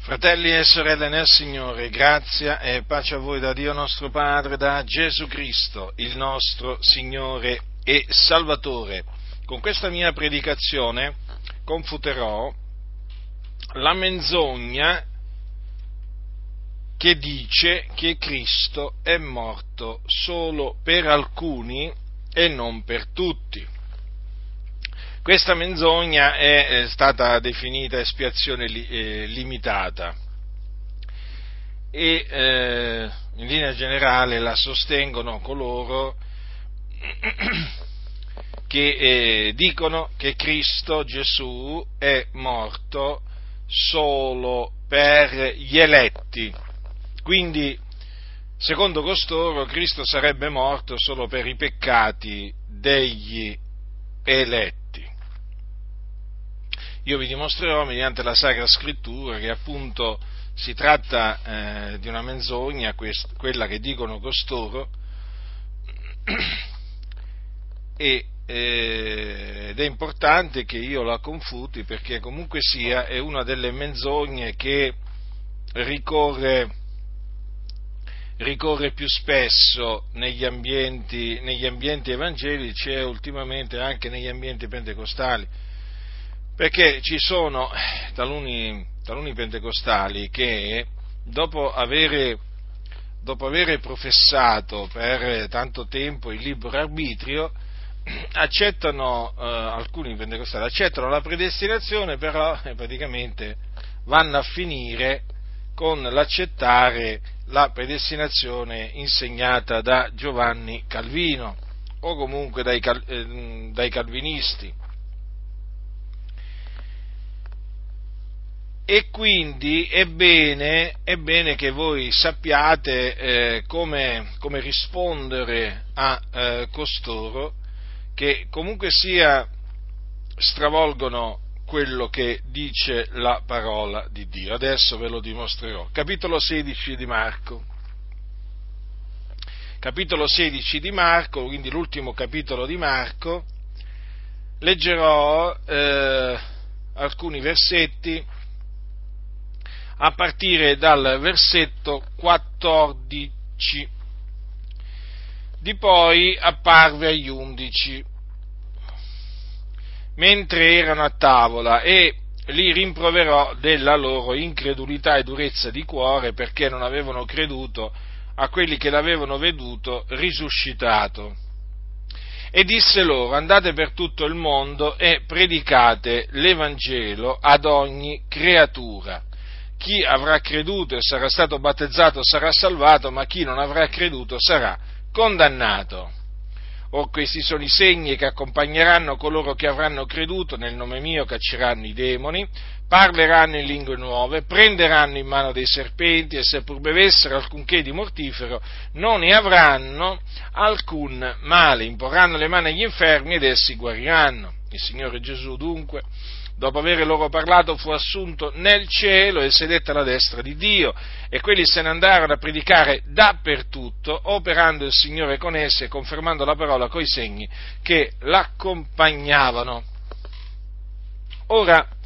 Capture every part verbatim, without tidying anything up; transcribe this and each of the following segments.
Fratelli e sorelle nel Signore, grazia e pace a voi da Dio nostro Padre, da Gesù Cristo, il nostro Signore e Salvatore. Con questa mia predicazione confuterò la menzogna che dice che Cristo è morto solo per alcuni e non per tutti. Questa menzogna è stata definita espiazione li, eh, limitata e eh, in linea generale la sostengono coloro che eh, dicono che Cristo Gesù è morto solo per gli eletti. Quindi, secondo costoro, Cristo sarebbe morto solo per i peccati degli eletti. Io vi dimostrerò mediante la Sacra Scrittura che appunto si tratta eh, di una menzogna, quest- quella che dicono costoro, e, eh, ed è importante che io la confuti perché comunque sia è una delle menzogne che ricorre, ricorre più spesso negli ambienti, negli ambienti evangelici e ultimamente anche negli ambienti pentecostali. Perché ci sono taluni, taluni pentecostali che dopo avere, dopo avere professato per tanto tempo il libero arbitrio, accettano, eh, alcuni pentecostali accettano la predestinazione, però eh, praticamente vanno a finire con l'accettare la predestinazione insegnata da Giovanni Calvino o comunque dai, eh, dai calvinisti. E quindi è bene, è bene che voi sappiate eh, come, come rispondere a eh, costoro che comunque sia stravolgono quello che dice la parola di Dio. Adesso ve lo dimostrerò. Capitolo sedici di Marco. Capitolo sedici di Marco, quindi l'ultimo capitolo di Marco. Leggerò eh, alcuni versetti a partire dal versetto quattordici. Di poi apparve agli undici, mentre erano a tavola, e li rimproverò della loro incredulità e durezza di cuore, perché non avevano creduto a quelli che l'avevano veduto risuscitato. E disse loro: andate per tutto il mondo e predicate l'Evangelo ad ogni creatura. Chi avrà creduto e sarà stato battezzato sarà salvato, ma chi non avrà creduto sarà condannato. Or questi sono i segni che accompagneranno coloro che avranno creduto: nel nome mio cacceranno i demoni, parleranno in lingue nuove, prenderanno in mano dei serpenti, e se pur bevessero alcunché di mortifero non ne avranno alcun male, imporranno le mani agli infermi ed essi guariranno. Il Signore Gesù dunque, dopo aver loro parlato, fu assunto nel cielo e sedette alla destra di Dio, e quelli se ne andarono a predicare dappertutto, operando il Signore con essi e confermando la parola coi segni che l'accompagnavano. Ora,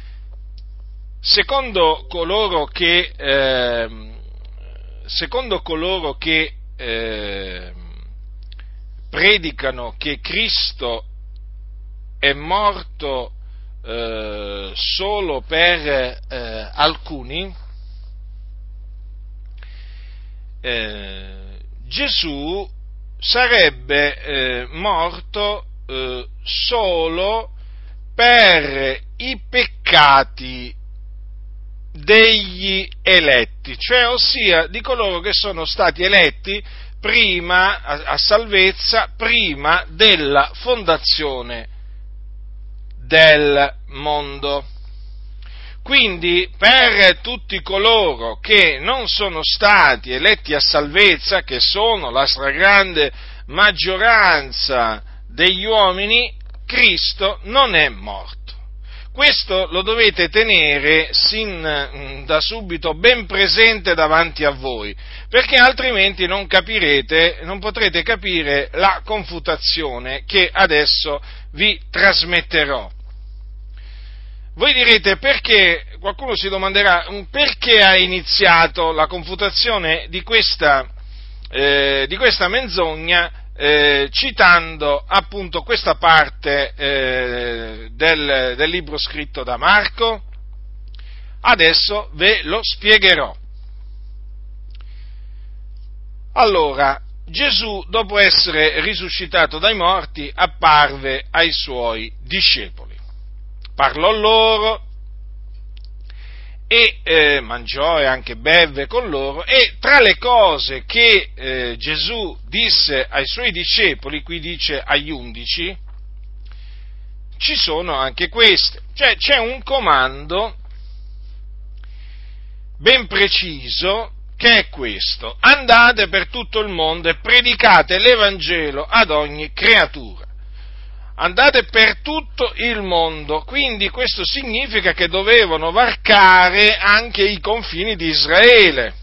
secondo coloro che, eh, secondo coloro che eh, predicano che Cristo è morto Eh, solo per eh, alcuni, eh, Gesù sarebbe eh, morto eh, solo per i peccati degli eletti, cioè ossia di coloro che sono stati eletti prima a, a salvezza, prima della fondazione del mondo. Quindi per tutti coloro che non sono stati eletti a salvezza, che sono la stragrande maggioranza degli uomini, Cristo non è morto. Questo lo dovete tenere sin da subito ben presente davanti a voi, perché altrimenti non capirete, non potrete capire la confutazione che adesso vi trasmetterò. Voi direte perché, qualcuno si domanderà, perché ha iniziato la confutazione di questa, eh, di questa menzogna eh, citando appunto questa parte eh, del, del libro scritto da Marco? Adesso ve lo spiegherò. Allora, Gesù, dopo essere risuscitato dai morti, apparve ai suoi discepoli. Parlò loro e eh, mangiò e anche bevve con loro, e tra le cose che eh, Gesù disse ai suoi discepoli, qui dice agli undici, ci sono anche queste. Cioè c'è un comando ben preciso, che è questo: andate per tutto il mondo e predicate l'Evangelo ad ogni creatura. Andate per tutto il mondo, quindi questo significa che dovevano varcare anche i confini di Israele.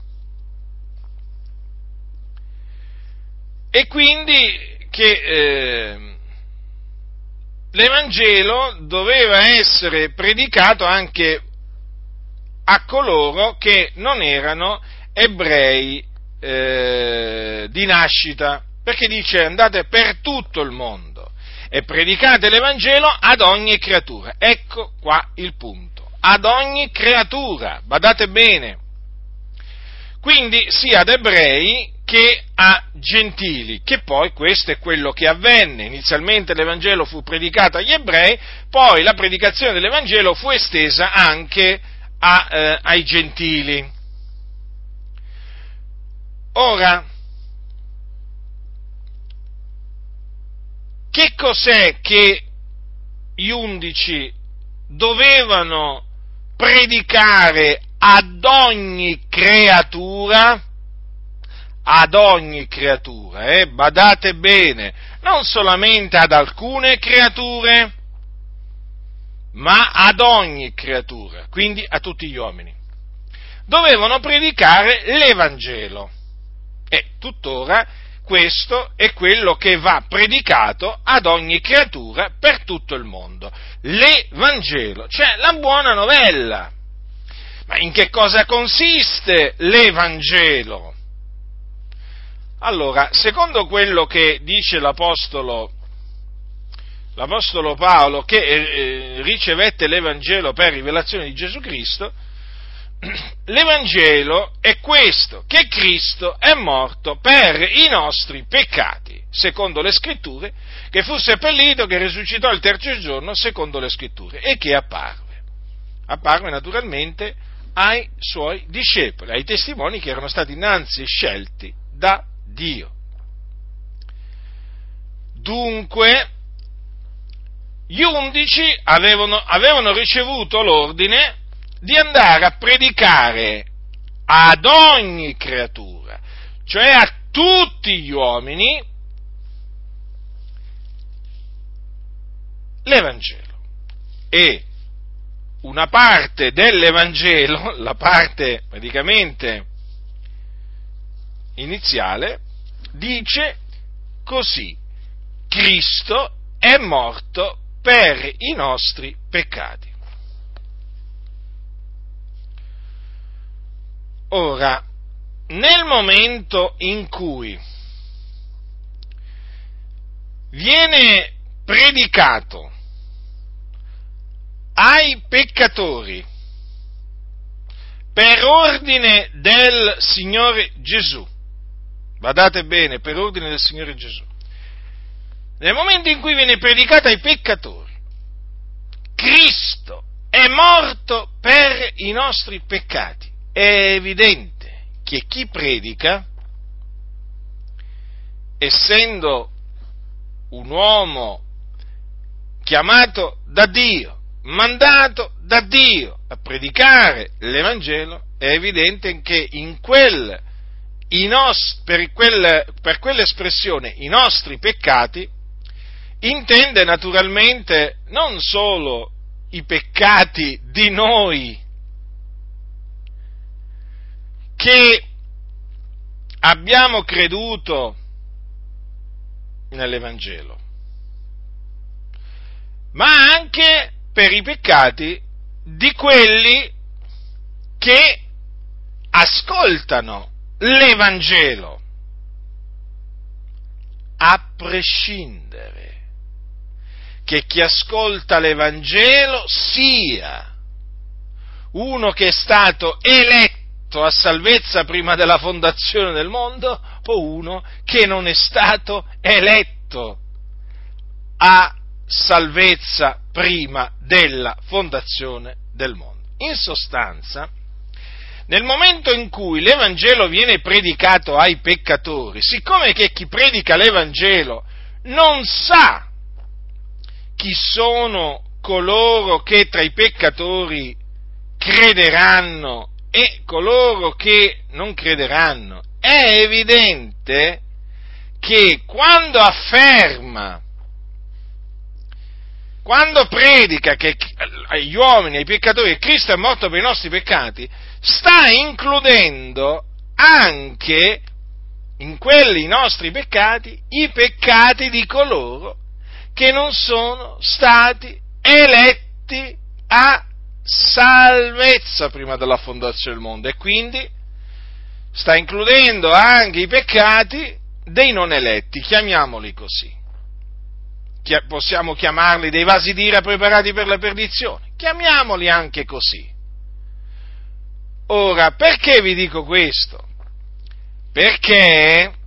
E quindi che eh, l'Evangelo doveva essere predicato anche a coloro che non erano ebrei eh, di nascita, perché dice andate per tutto il mondo e predicate l'Evangelo ad ogni creatura. Ecco qua il punto: ad ogni creatura, badate bene, quindi sia ad ebrei che a gentili, che poi questo è quello che avvenne. Inizialmente l'Evangelo fu predicato agli ebrei, poi la predicazione dell'Evangelo fu estesa anche a, eh, ai gentili. Ora, che cos'è che gli undici dovevano predicare ad ogni creatura? Ad ogni creatura, eh? Badate bene, non solamente ad alcune creature, ma ad ogni creatura, quindi a tutti gli uomini. Dovevano predicare l'Evangelo, e tuttora questo è quello che va predicato ad ogni creatura per tutto il mondo. L'Evangelo, cioè la buona novella. Ma in che cosa consiste l'Evangelo? Allora, secondo quello che dice l'Apostolo l'Apostolo Paolo, che eh, ricevette l'Evangelo per rivelazione di Gesù Cristo, l'Evangelo è questo: che Cristo è morto per i nostri peccati, secondo le Scritture, che fu seppellito, che risuscitò il terzo giorno, secondo le Scritture, e che apparve. Apparve naturalmente ai suoi discepoli, ai testimoni che erano stati innanzi scelti da Dio. Dunque, gli undici avevano, avevano ricevuto l'ordine di andare a predicare ad ogni creatura, cioè a tutti gli uomini, l'Evangelo. E una parte dell'Evangelo, la parte praticamente iniziale, dice così: Cristo è morto per i nostri peccati. Ora, nel momento in cui viene predicato ai peccatori per ordine del Signore Gesù, badate bene, per ordine del Signore Gesù, nel momento in cui viene predicato ai peccatori, Cristo è morto per i nostri peccati, è evidente che chi predica, essendo un uomo chiamato da Dio, mandato da Dio a predicare l'Evangelo, è evidente che in quel, i nos, per, quel, per quell'espressione i nostri peccati intende naturalmente non solo i peccati di noi che abbiamo creduto nell'Evangelo, ma anche per i peccati di quelli che ascoltano l'Evangelo, a prescindere che chi ascolta l'Evangelo sia uno che è stato eletto a salvezza prima della fondazione del mondo o uno che non è stato eletto a salvezza prima della fondazione del mondo. In sostanza, nel momento in cui l'Evangelo viene predicato ai peccatori, siccome che chi predica l'Evangelo non sa chi sono coloro che tra i peccatori crederanno e coloro che non crederanno, è evidente che quando afferma, quando predica che agli uomini, ai peccatori, Cristo è morto per i nostri peccati, sta includendo anche in quelli nostri peccati i peccati di coloro che non sono stati eletti a salvezza prima della fondazione del mondo, e quindi sta includendo anche i peccati dei non eletti, chiamiamoli così. Possiamo chiamarli dei vasi d'ira preparati per la perdizione, chiamiamoli anche così. Ora, perché vi dico questo? Perché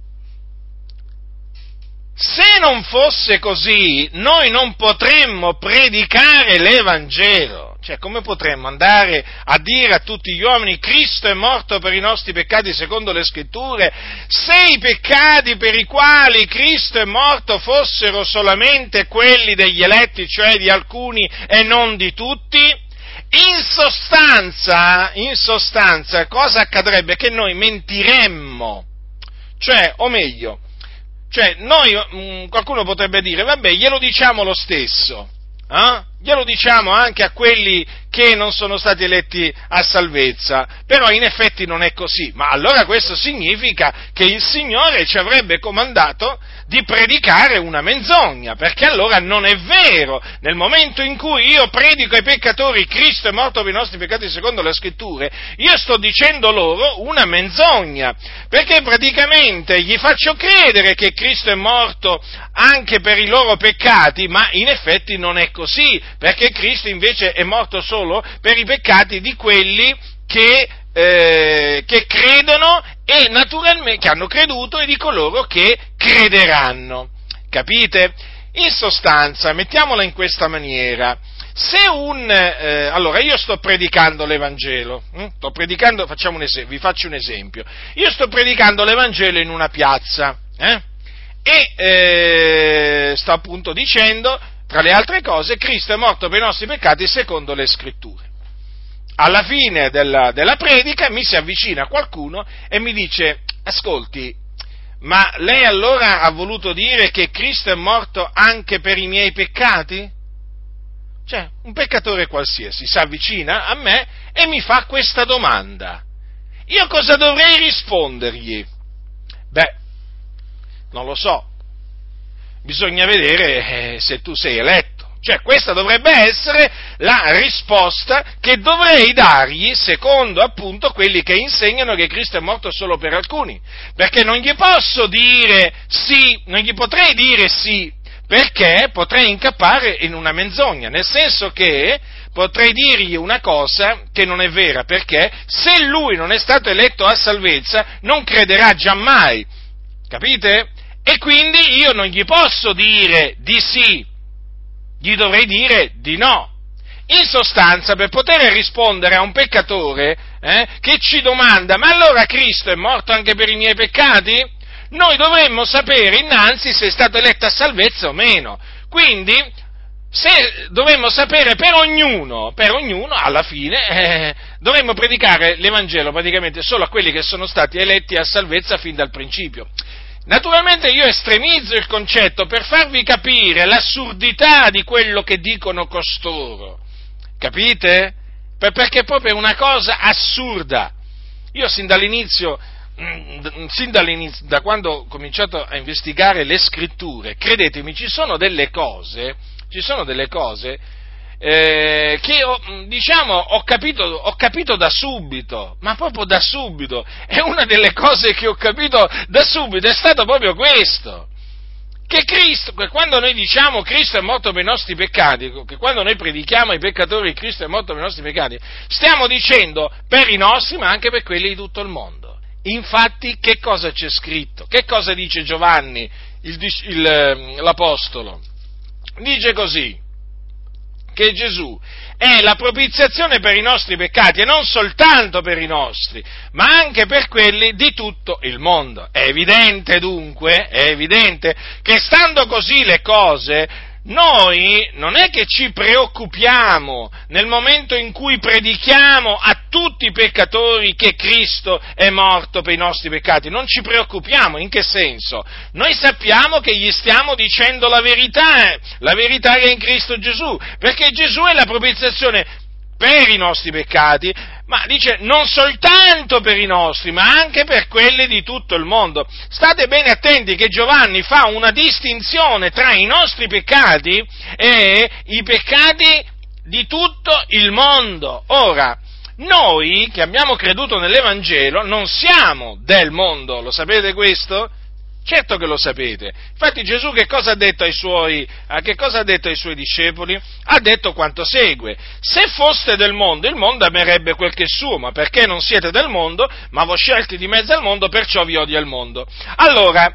se non fosse così, noi non potremmo predicare l'Evangelo. Cioè, come potremmo andare a dire a tutti gli uomini Cristo è morto per i nostri peccati secondo le Scritture, se i peccati per i quali Cristo è morto fossero solamente quelli degli eletti, cioè di alcuni e non di tutti? In sostanza, in sostanza, cosa accadrebbe? Che noi mentiremmo. Cioè, o meglio, cioè, noi, mh, qualcuno potrebbe dire, vabbè, glielo diciamo lo stesso, eh? Glielo diciamo anche a quelli che non sono stati eletti a salvezza, però in effetti non è così, ma allora questo significa che il Signore ci avrebbe comandato di predicare una menzogna, perché allora non è vero. Nel momento in cui io predico ai peccatori Cristo è morto per i nostri peccati secondo le Scritture, io sto dicendo loro una menzogna, perché praticamente gli faccio credere che Cristo è morto anche per i loro peccati, ma in effetti non è così, perché Cristo invece è morto solo per i peccati di quelli che, eh, che credono e naturalmente che hanno creduto e di coloro che crederanno. Capite? In sostanza, mettiamola in questa maniera: se un eh, allora io sto predicando l'Evangelo, hm? sto predicando, facciamo un esempio, vi faccio un esempio. Io sto predicando l'Evangelo in una piazza, eh? e eh, sto appunto dicendo, tra le altre cose, Cristo è morto per i nostri peccati secondo le Scritture. Alla fine della, della predica mi si avvicina qualcuno e mi dice: ascolti, ma lei allora ha voluto dire che Cristo è morto anche per i miei peccati? Cioè, un peccatore qualsiasi si avvicina a me e mi fa questa domanda. Io cosa dovrei rispondergli? Beh, non lo so. Bisogna vedere eh, se tu sei eletto. Cioè, questa dovrebbe essere la risposta che dovrei dargli secondo appunto quelli che insegnano che Cristo è morto solo per alcuni. Perché non gli posso dire sì, non gli potrei dire sì, perché potrei incappare in una menzogna, nel senso che potrei dirgli una cosa che non è vera, perché se lui non è stato eletto a salvezza non crederà giammai. Capite? E quindi io non gli posso dire di sì, gli dovrei dire di no. In sostanza, per poter rispondere a un peccatore eh, che ci domanda: ma allora Cristo è morto anche per i miei peccati? Noi dovremmo sapere innanzi se è stato eletto a salvezza o meno. Quindi, se dovremmo sapere per ognuno, per ognuno, alla fine, eh, dovremmo predicare l'Evangelo praticamente solo a quelli che sono stati eletti a salvezza fin dal principio. Naturalmente io estremizzo il concetto per farvi capire l'assurdità di quello che dicono costoro, capite? Perché è proprio una cosa assurda. Io sin dall'inizio, sin dall'inizio, da quando ho cominciato a investigare le Scritture, credetemi, ci sono delle cose, ci sono delle cose eh, che ho, diciamo, ho capito, ho capito da subito, ma proprio da subito, e una delle cose che ho capito da subito è stato proprio questo, che Cristo, che quando noi diciamo Cristo è morto per i nostri peccati, che quando noi predichiamo ai peccatori Cristo è morto per i nostri peccati, stiamo dicendo per i nostri, ma anche per quelli di tutto il mondo. Infatti, che cosa c'è scritto? Che cosa dice Giovanni, il, il, l'Apostolo? Dice così, che Gesù è la propiziazione per i nostri peccati, e non soltanto per i nostri, ma anche per quelli di tutto il mondo. È evidente dunque, è evidente che stando così le cose, noi non è che ci preoccupiamo nel momento in cui predichiamo a tutti i peccatori che Cristo è morto per i nostri peccati, non ci preoccupiamo. In che senso? Noi sappiamo che gli stiamo dicendo la verità, la verità che è in Cristo Gesù, perché Gesù è la propiziazione per i nostri peccati, ma dice non soltanto per i nostri, ma anche per quelli di tutto il mondo. State bene attenti che Giovanni fa una distinzione tra i nostri peccati e i peccati di tutto il mondo. Ora, noi che abbiamo creduto nell'Evangelo non siamo del mondo, lo sapete questo? Certo che lo sapete. Infatti Gesù che cosa ha detto ai suoi, che cosa ha detto ai suoi discepoli? Ha detto quanto segue: se foste del mondo, il mondo amerebbe quel che è suo, ma perché non siete del mondo, ma voi scelti di mezzo al mondo, perciò vi odia il mondo. Allora,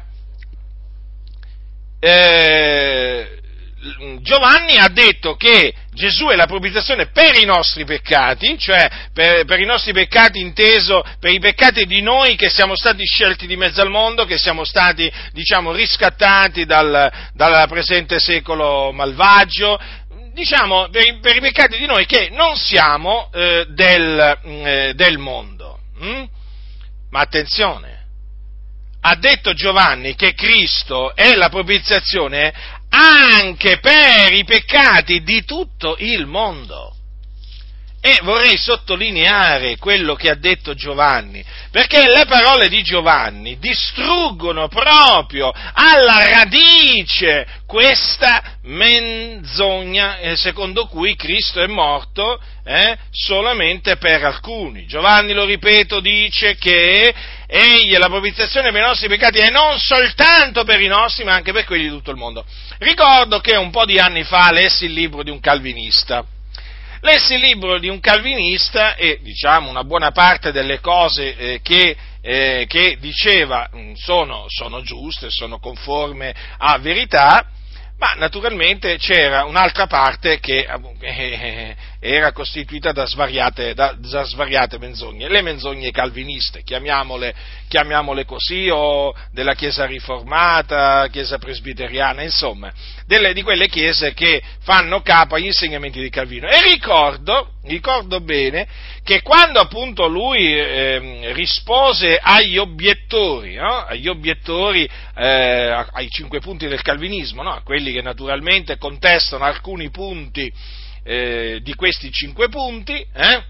eh, Giovanni ha detto che Gesù è la propiziazione per i nostri peccati, cioè per, per i nostri peccati inteso per i peccati di noi che siamo stati scelti di mezzo al mondo, che siamo stati, diciamo, riscattati dal, dal presente secolo malvagio, diciamo per i, per i peccati di noi che non siamo eh, del, eh, del mondo. Mm? Ma attenzione, ha detto Giovanni che Cristo è la propiziazione anche per i peccati di tutto il mondo. E vorrei sottolineare quello che ha detto Giovanni, perché le parole di Giovanni distruggono proprio alla radice questa menzogna eh, secondo cui Cristo è morto eh, solamente per alcuni. Giovanni, lo ripeto, dice che egli è la propiziazione per i nostri peccati e non soltanto per i nostri, ma anche per quelli di tutto il mondo. Ricordo che un po' di anni fa lessi il libro di un calvinista. Lessi il libro di un calvinista e, diciamo, una buona parte delle cose eh, che, eh, che diceva mh, sono, sono giuste, sono conforme a verità, ma naturalmente c'era un'altra parte che eh, era costituita da svariate, da, da svariate menzogne, le menzogne calviniste, chiamiamole, chiamiamole così, o della Chiesa riformata, Chiesa presbiteriana, insomma, delle, di quelle chiese che fanno capo agli insegnamenti di Calvino. E ricordo, ricordo bene, che quando appunto lui eh, rispose agli obiettori, no? agli obiettori, eh, ai cinque punti del calvinismo, no? a quelli che naturalmente contestano alcuni punti eh, di questi cinque punti, eh?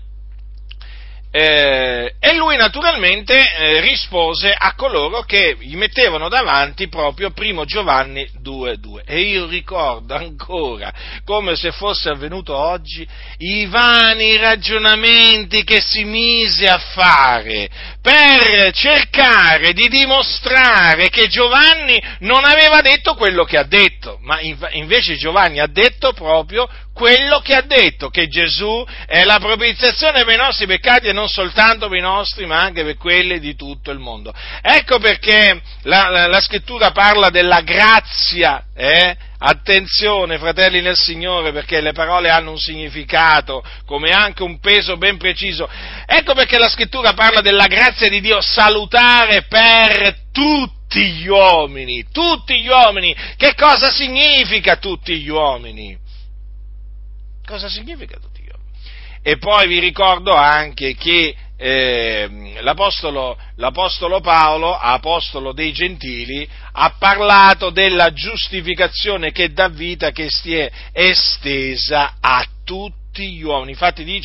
Eh, e lui naturalmente eh, rispose a coloro che gli mettevano davanti proprio primo Giovanni due due, e io ricordo ancora, come se fosse avvenuto oggi, i vani ragionamenti che si mise a fare per cercare di dimostrare che Giovanni non aveva detto quello che ha detto, ma invece Giovanni ha detto proprio quello che ha detto, che Gesù è la propiziazione per i nostri peccati e non soltanto per i nostri, ma anche per quelli di tutto il mondo. Ecco perché la, la, la scrittura parla della grazia, eh? Attenzione, fratelli nel Signore, perché le parole hanno un significato, come anche un peso ben preciso. Ecco perché la scrittura parla della grazia di Dio salutare per tutti gli uomini, tutti gli uomini. Che cosa significa tutti gli uomini? Cosa significa tutti gli uomini? E poi vi ricordo anche che eh, l'apostolo, l'apostolo Paolo, apostolo dei Gentili, ha parlato della giustificazione che dà vita, che si è estesa a tutti gli uomini. Infatti dice: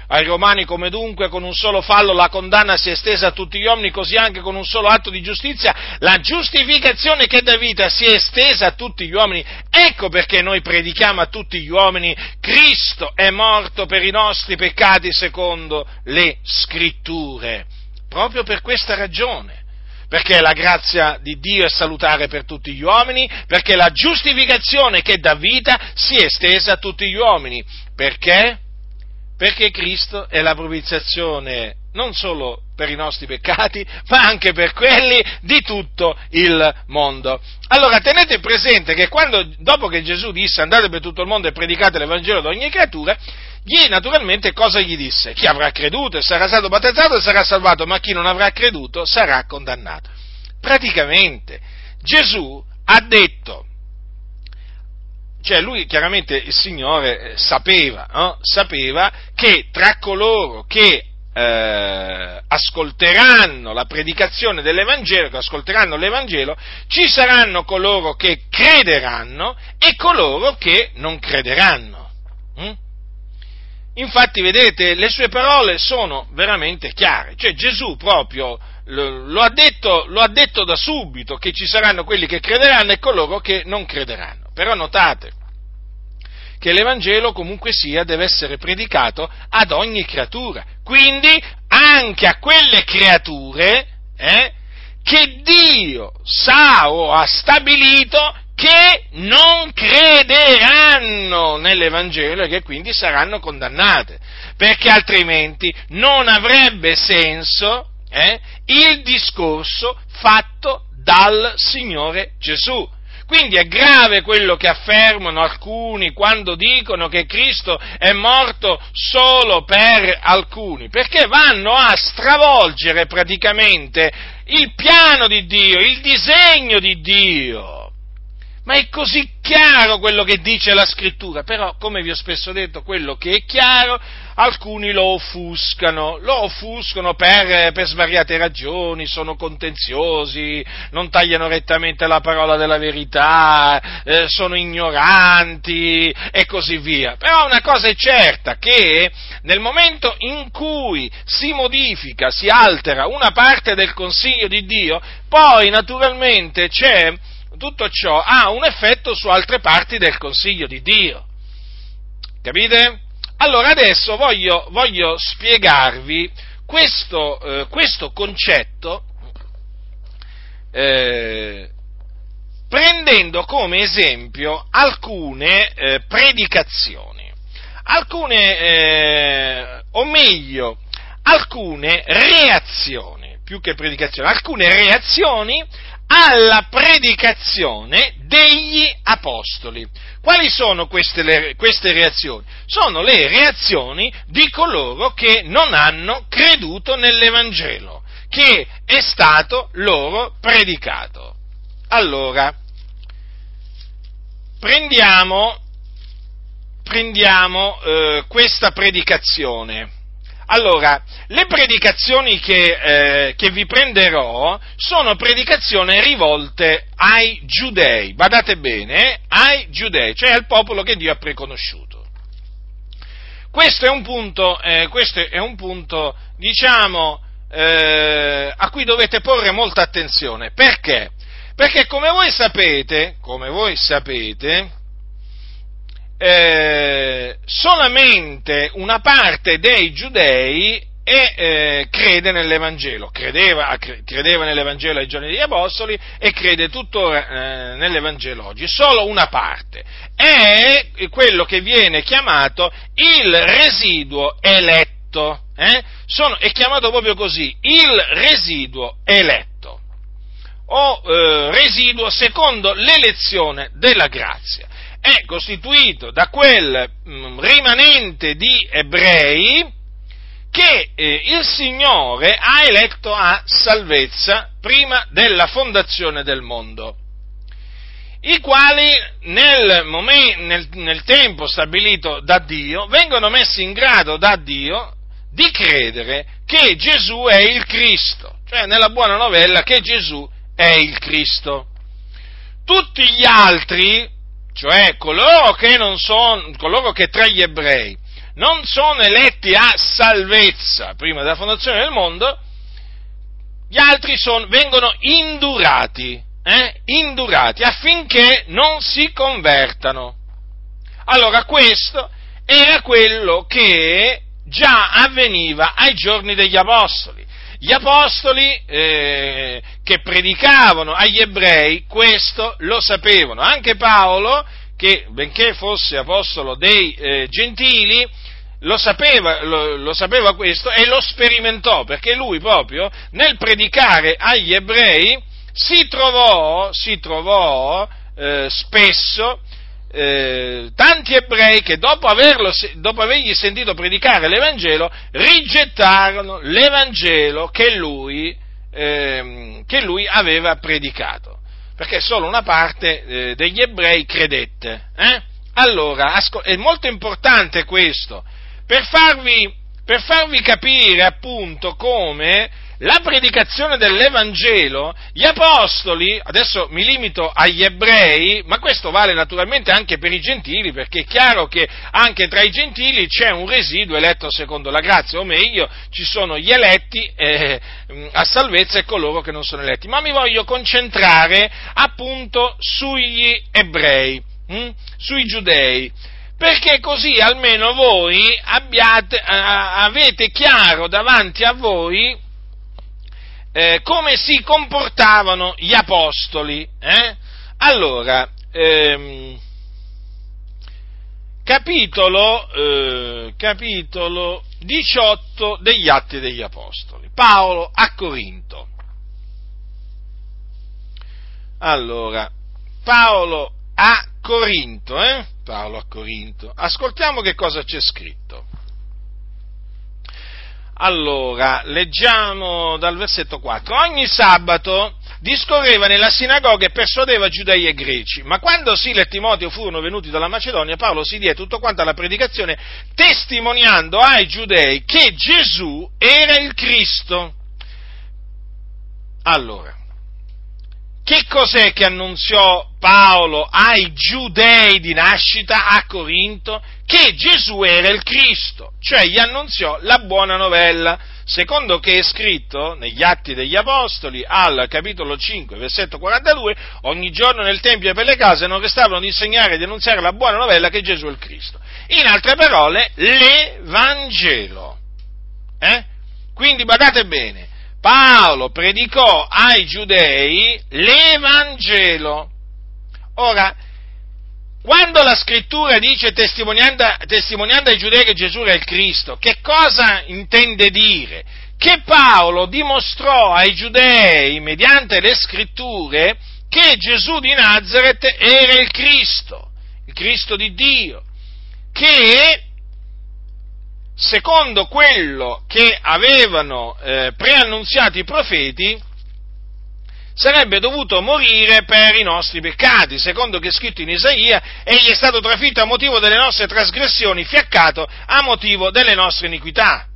ai Romani: come dunque con un solo fallo la condanna si è estesa a tutti gli uomini, così anche con un solo atto di giustizia la giustificazione che dà vita si è estesa a tutti gli uomini. Ecco perché noi predichiamo a tutti gli uomini: Cristo è morto per i nostri peccati secondo le Scritture, proprio per questa ragione. Perché la grazia di Dio è salutare per tutti gli uomini, perché la giustificazione che dà vita si è estesa a tutti gli uomini. Perché? Perché Cristo è la propiziazione non solo per i nostri peccati, ma anche per quelli di tutto il mondo. Allora tenete presente che quando, dopo che Gesù disse andate per tutto il mondo e predicate l'Evangelo ad ogni creatura, gli naturalmente cosa gli disse? Chi avrà creduto e sarà stato battezzato sarà salvato, ma chi non avrà creduto sarà condannato. Praticamente Gesù ha detto, cioè lui chiaramente, il Signore, sapeva, no? sapeva che tra coloro che eh, ascolteranno la predicazione dell'Evangelo, che ascolteranno l'Evangelo, ci saranno coloro che crederanno e coloro che non crederanno. Hm? Infatti, vedete, le sue parole sono veramente chiare, cioè Gesù proprio lo, lo, ha detto, lo ha detto da subito, che ci saranno quelli che crederanno e coloro che non crederanno. Però notate che l'Evangelo comunque sia deve essere predicato ad ogni creatura, quindi anche a quelle creature eh, che Dio sa o ha stabilito che non crederanno nell'Evangelo e che quindi saranno condannate, perché altrimenti non avrebbe senso eh, il discorso fatto dal Signore Gesù. Quindi è grave quello che affermano alcuni quando dicono che Cristo è morto solo per alcuni, perché vanno a stravolgere praticamente il piano di Dio, il disegno di Dio. Ma è così chiaro quello che dice la Scrittura, però, come vi ho spesso detto, quello che è chiaro, alcuni lo offuscano, lo offuscano per, per svariate ragioni, sono contenziosi, non tagliano rettamente la parola della verità, eh, sono ignoranti e così via. Però una cosa è certa, che nel momento in cui si modifica, si altera una parte del consiglio di Dio, poi naturalmente c'è tutto ciò ha un effetto su altre parti del consiglio di Dio. Capite? Allora adesso voglio, voglio spiegarvi questo, eh, questo concetto eh, prendendo come esempio alcune eh, predicazioni, alcune, eh, o meglio, alcune reazioni, più che predicazioni, alcune reazioni alla predicazione degli apostoli. Quali sono queste, le, queste reazioni? Sono le reazioni di coloro che non hanno creduto nell'Evangelo, che è stato loro predicato. Allora, prendiamo, prendiamo eh, questa predicazione. Allora, le predicazioni che, eh, che vi prenderò sono predicazioni rivolte ai giudei, badate bene, eh, ai giudei, cioè al popolo che Dio ha preconosciuto. Questo è un punto, eh, questo è un punto, diciamo, eh, a cui dovete porre molta attenzione. Perché? Perché come voi sapete, come voi sapete, Eh, solamente una parte dei giudei è, eh, crede nell'Evangelo, credeva, credeva nell'Evangelo ai giorni degli Apostoli e crede tuttora eh, nell'Evangelo oggi. Solo una parte è quello che viene chiamato il residuo eletto, eh? Sono, è chiamato proprio così, il residuo eletto o eh, residuo secondo l'elezione della grazia. È costituito da quel mh, rimanente di ebrei che eh, il Signore ha eletto a salvezza prima della fondazione del mondo, i quali nel, momen- nel, nel tempo stabilito da Dio vengono messi in grado da Dio di credere che Gesù è il Cristo, cioè nella buona novella che Gesù è il Cristo. Tutti gli altri, cioè coloro che non sono, coloro che tra gli ebrei non sono eletti a salvezza prima della fondazione del mondo, gli altri sono, vengono indurati, eh? indurati affinché non si convertano. Allora questo era quello che già avveniva ai giorni degli apostoli. Gli apostoli eh, che predicavano agli ebrei questo lo sapevano. Anche Paolo, che benché fosse apostolo dei eh, gentili, lo sapeva, lo, lo sapeva questo e lo sperimentò, perché lui proprio nel predicare agli ebrei si trovò, si trovò eh, spesso Eh, tanti ebrei che dopo, averlo, dopo avergli sentito predicare l'Evangelo rigettarono l'Evangelo che lui, eh, che lui aveva predicato, perché solo una parte eh, degli ebrei credette. Eh? Allora, ascol- è molto importante questo, per farvi, per farvi capire appunto come la predicazione dell'Evangelo, gli apostoli, adesso mi limito agli ebrei, ma questo vale naturalmente anche per i gentili, perché è chiaro che anche tra i gentili c'è un residuo eletto secondo la grazia, o meglio, ci sono gli eletti eh, a salvezza e coloro che non sono eletti, ma mi voglio concentrare appunto sugli ebrei, hm? sui giudei, perché così almeno voi abbiate, avete chiaro davanti a voi Eh, come si comportavano gli apostoli. Eh? Allora, ehm, capitolo, eh, capitolo diciotto degli Atti degli Apostoli. Paolo a Corinto. Allora, Paolo a Corinto, eh? Paolo a Corinto. Ascoltiamo che cosa c'è scritto. Allora, leggiamo dal versetto quattro. Ogni sabato discorreva nella sinagoga e persuadeva giudei e greci, ma quando Sila e Timoteo furono venuti dalla Macedonia, Paolo si diede tutto quanto alla predicazione, testimoniando ai giudei che Gesù era il Cristo. Allora, che cos'è che annunziò Paolo ai giudei di nascita a Corinto? Che Gesù era il Cristo, cioè gli annunziò la buona novella, secondo che è scritto negli Atti degli Apostoli, al capitolo cinque, versetto quarantadue, ogni giorno nel Tempio e per le case non restavano di insegnare e di annunziare la buona novella che Gesù è il Cristo. In altre parole, l'Evangelo. Eh? Quindi badate bene, Paolo predicò ai giudei l'Evangelo. Ora, quando la scrittura dice testimoniando, testimoniando ai giudei che Gesù era il Cristo, che cosa intende dire? Che Paolo dimostrò ai giudei, mediante le scritture, che Gesù di Nazaret era il Cristo, il Cristo di Dio, che secondo quello che avevano eh, preannunziato i profeti, sarebbe dovuto morire per i nostri peccati, secondo che è scritto in Isaia, egli è stato trafitto a motivo delle nostre trasgressioni, fiaccato a motivo delle nostre iniquità.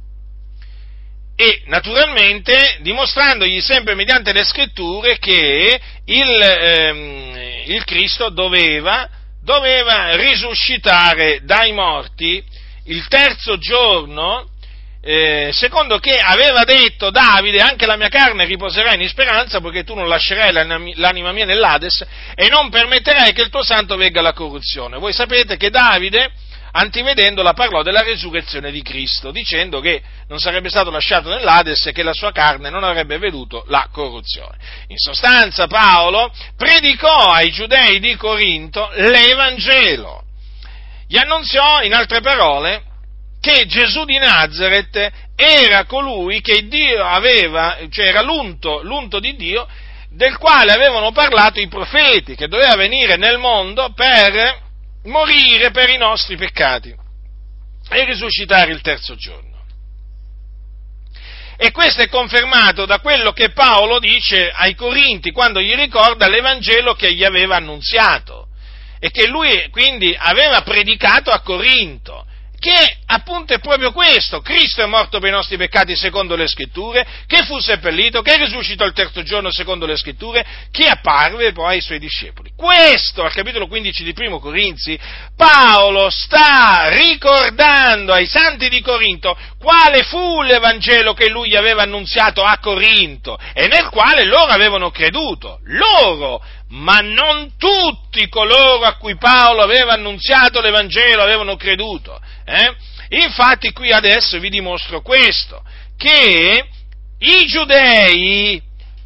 E naturalmente dimostrandogli sempre mediante le scritture che il, ehm, il Cristo doveva, doveva risuscitare dai morti il terzo giorno, eh, secondo che aveva detto Davide, anche la mia carne riposerà in speranza, poiché tu non lascerai l'anima mia nell'Ades e non permetterai che il tuo santo vegga alla corruzione. Voi sapete che Davide, antivedendola, parlò della resurrezione di Cristo, dicendo che non sarebbe stato lasciato nell'Ades e che la sua carne non avrebbe veduto la corruzione. In sostanza Paolo predicò ai giudei di Corinto l'Evangelo, gli annunziò, in altre parole, che Gesù di Nazaret era colui che Dio aveva, cioè era l'unto, l'unto di Dio, del quale avevano parlato i profeti, che doveva venire nel mondo per morire per i nostri peccati e risuscitare il terzo giorno. E questo è confermato da quello che Paolo dice ai Corinti quando gli ricorda l'Evangelo che gli aveva annunziato e che lui quindi aveva predicato a Corinto, che appunto è proprio questo: Cristo è morto per i nostri peccati secondo le Scritture, che fu seppellito, che risuscitò il terzo giorno secondo le Scritture, che apparve poi ai suoi discepoli. Questo, al capitolo quindici di Primo Corinzi, Paolo sta ricordando ai santi di Corinto quale fu l'Evangelo che lui aveva annunziato a Corinto e nel quale loro avevano creduto. Loro, ma non tutti coloro a cui Paolo aveva annunziato l'Evangelo avevano creduto. Eh? Infatti qui adesso vi dimostro questo, che i giudei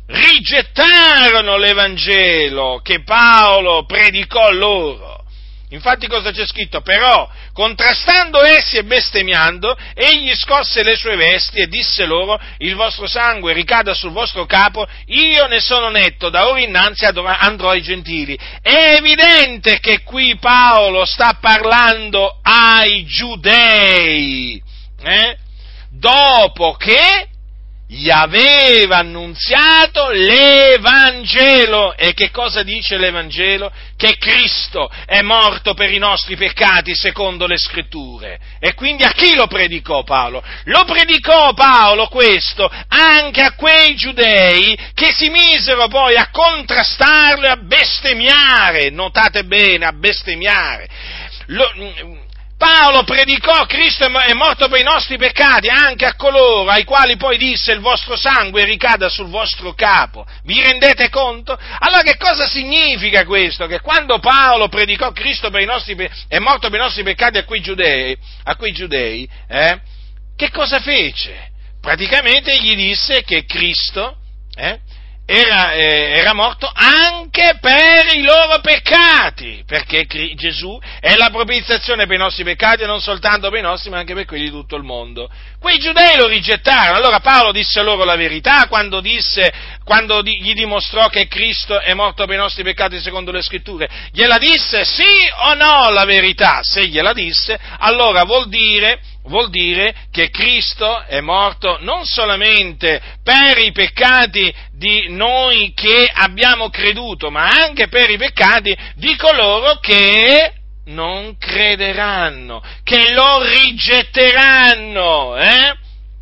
rigettarono l'Evangelo che Paolo predicò loro. Infatti cosa c'è scritto? Però, contrastando essi e bestemmiando, egli scosse le sue vesti e disse loro: il vostro sangue ricada sul vostro capo, io ne sono netto, da ora innanzi andrò ai gentili. È evidente che qui Paolo sta parlando ai giudei, eh? dopo che gli aveva annunziato l'Evangelo. E che cosa dice l'Evangelo? Che Cristo è morto per i nostri peccati secondo le Scritture. E quindi a chi lo predicò Paolo? Lo predicò Paolo questo anche a quei giudei che si misero poi a contrastarlo e a bestemmiare. Notate bene, a bestemmiare. Lo, Paolo predicò Cristo è morto per i nostri peccati anche a coloro ai quali poi disse: il vostro sangue ricada sul vostro capo. Vi rendete conto? Allora che cosa significa questo? Che quando Paolo predicò Cristo per i nostri pe- è morto per i nostri peccati a quei giudei, a quei giudei eh, che cosa fece? Praticamente gli disse che Cristo eh, Era, eh, era morto anche per i loro peccati, perché Gesù è la propiziazione per i nostri peccati, e non soltanto per i nostri, ma anche per quelli di tutto il mondo. Quei giudei lo rigettarono. Allora Paolo disse loro la verità quando disse, quando gli dimostrò che Cristo è morto per i nostri peccati secondo le Scritture. Gliela disse sì o no la verità? Se gliela disse, allora vuol dire Vuol dire che Cristo è morto non solamente per i peccati di noi che abbiamo creduto, ma anche per i peccati di coloro che non crederanno, che lo rigetteranno, eh?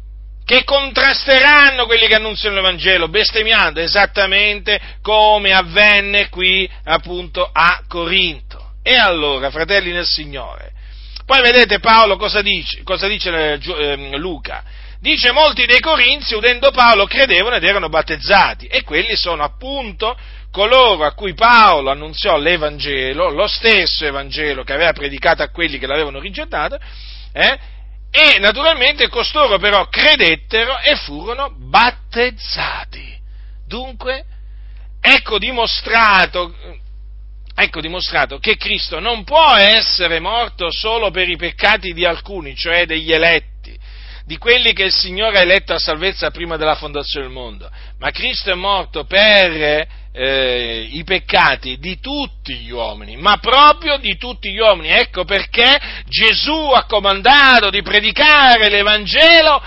che contrasteranno quelli che annunziano l'Evangelo, bestemmiando, esattamente come avvenne qui appunto a Corinto. E allora, fratelli nel Signore, poi vedete Paolo cosa dice, cosa dice eh, Luca? Dice: molti dei Corinzi, udendo Paolo, credevano ed erano battezzati, e quelli sono appunto coloro a cui Paolo annunziò l'Evangelo, lo stesso Evangelo che aveva predicato a quelli che l'avevano rigettato, eh? e naturalmente costoro però credettero e furono battezzati. Dunque, ecco dimostrato... Ecco dimostrato che Cristo non può essere morto solo per i peccati di alcuni, cioè degli eletti, di quelli che il Signore ha eletto a salvezza prima della fondazione del mondo, ma Cristo è morto per eh, i peccati di tutti gli uomini, ma proprio di tutti gli uomini. Ecco perché Gesù ha comandato di predicare l'Evangelo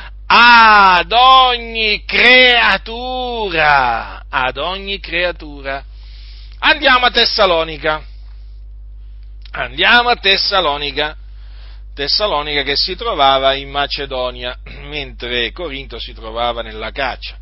ad ogni creatura, ad ogni creatura. Andiamo a Tessalonica, andiamo a Tessalonica, Tessalonica che si trovava in Macedonia, mentre Corinto si trovava nell'Acacia,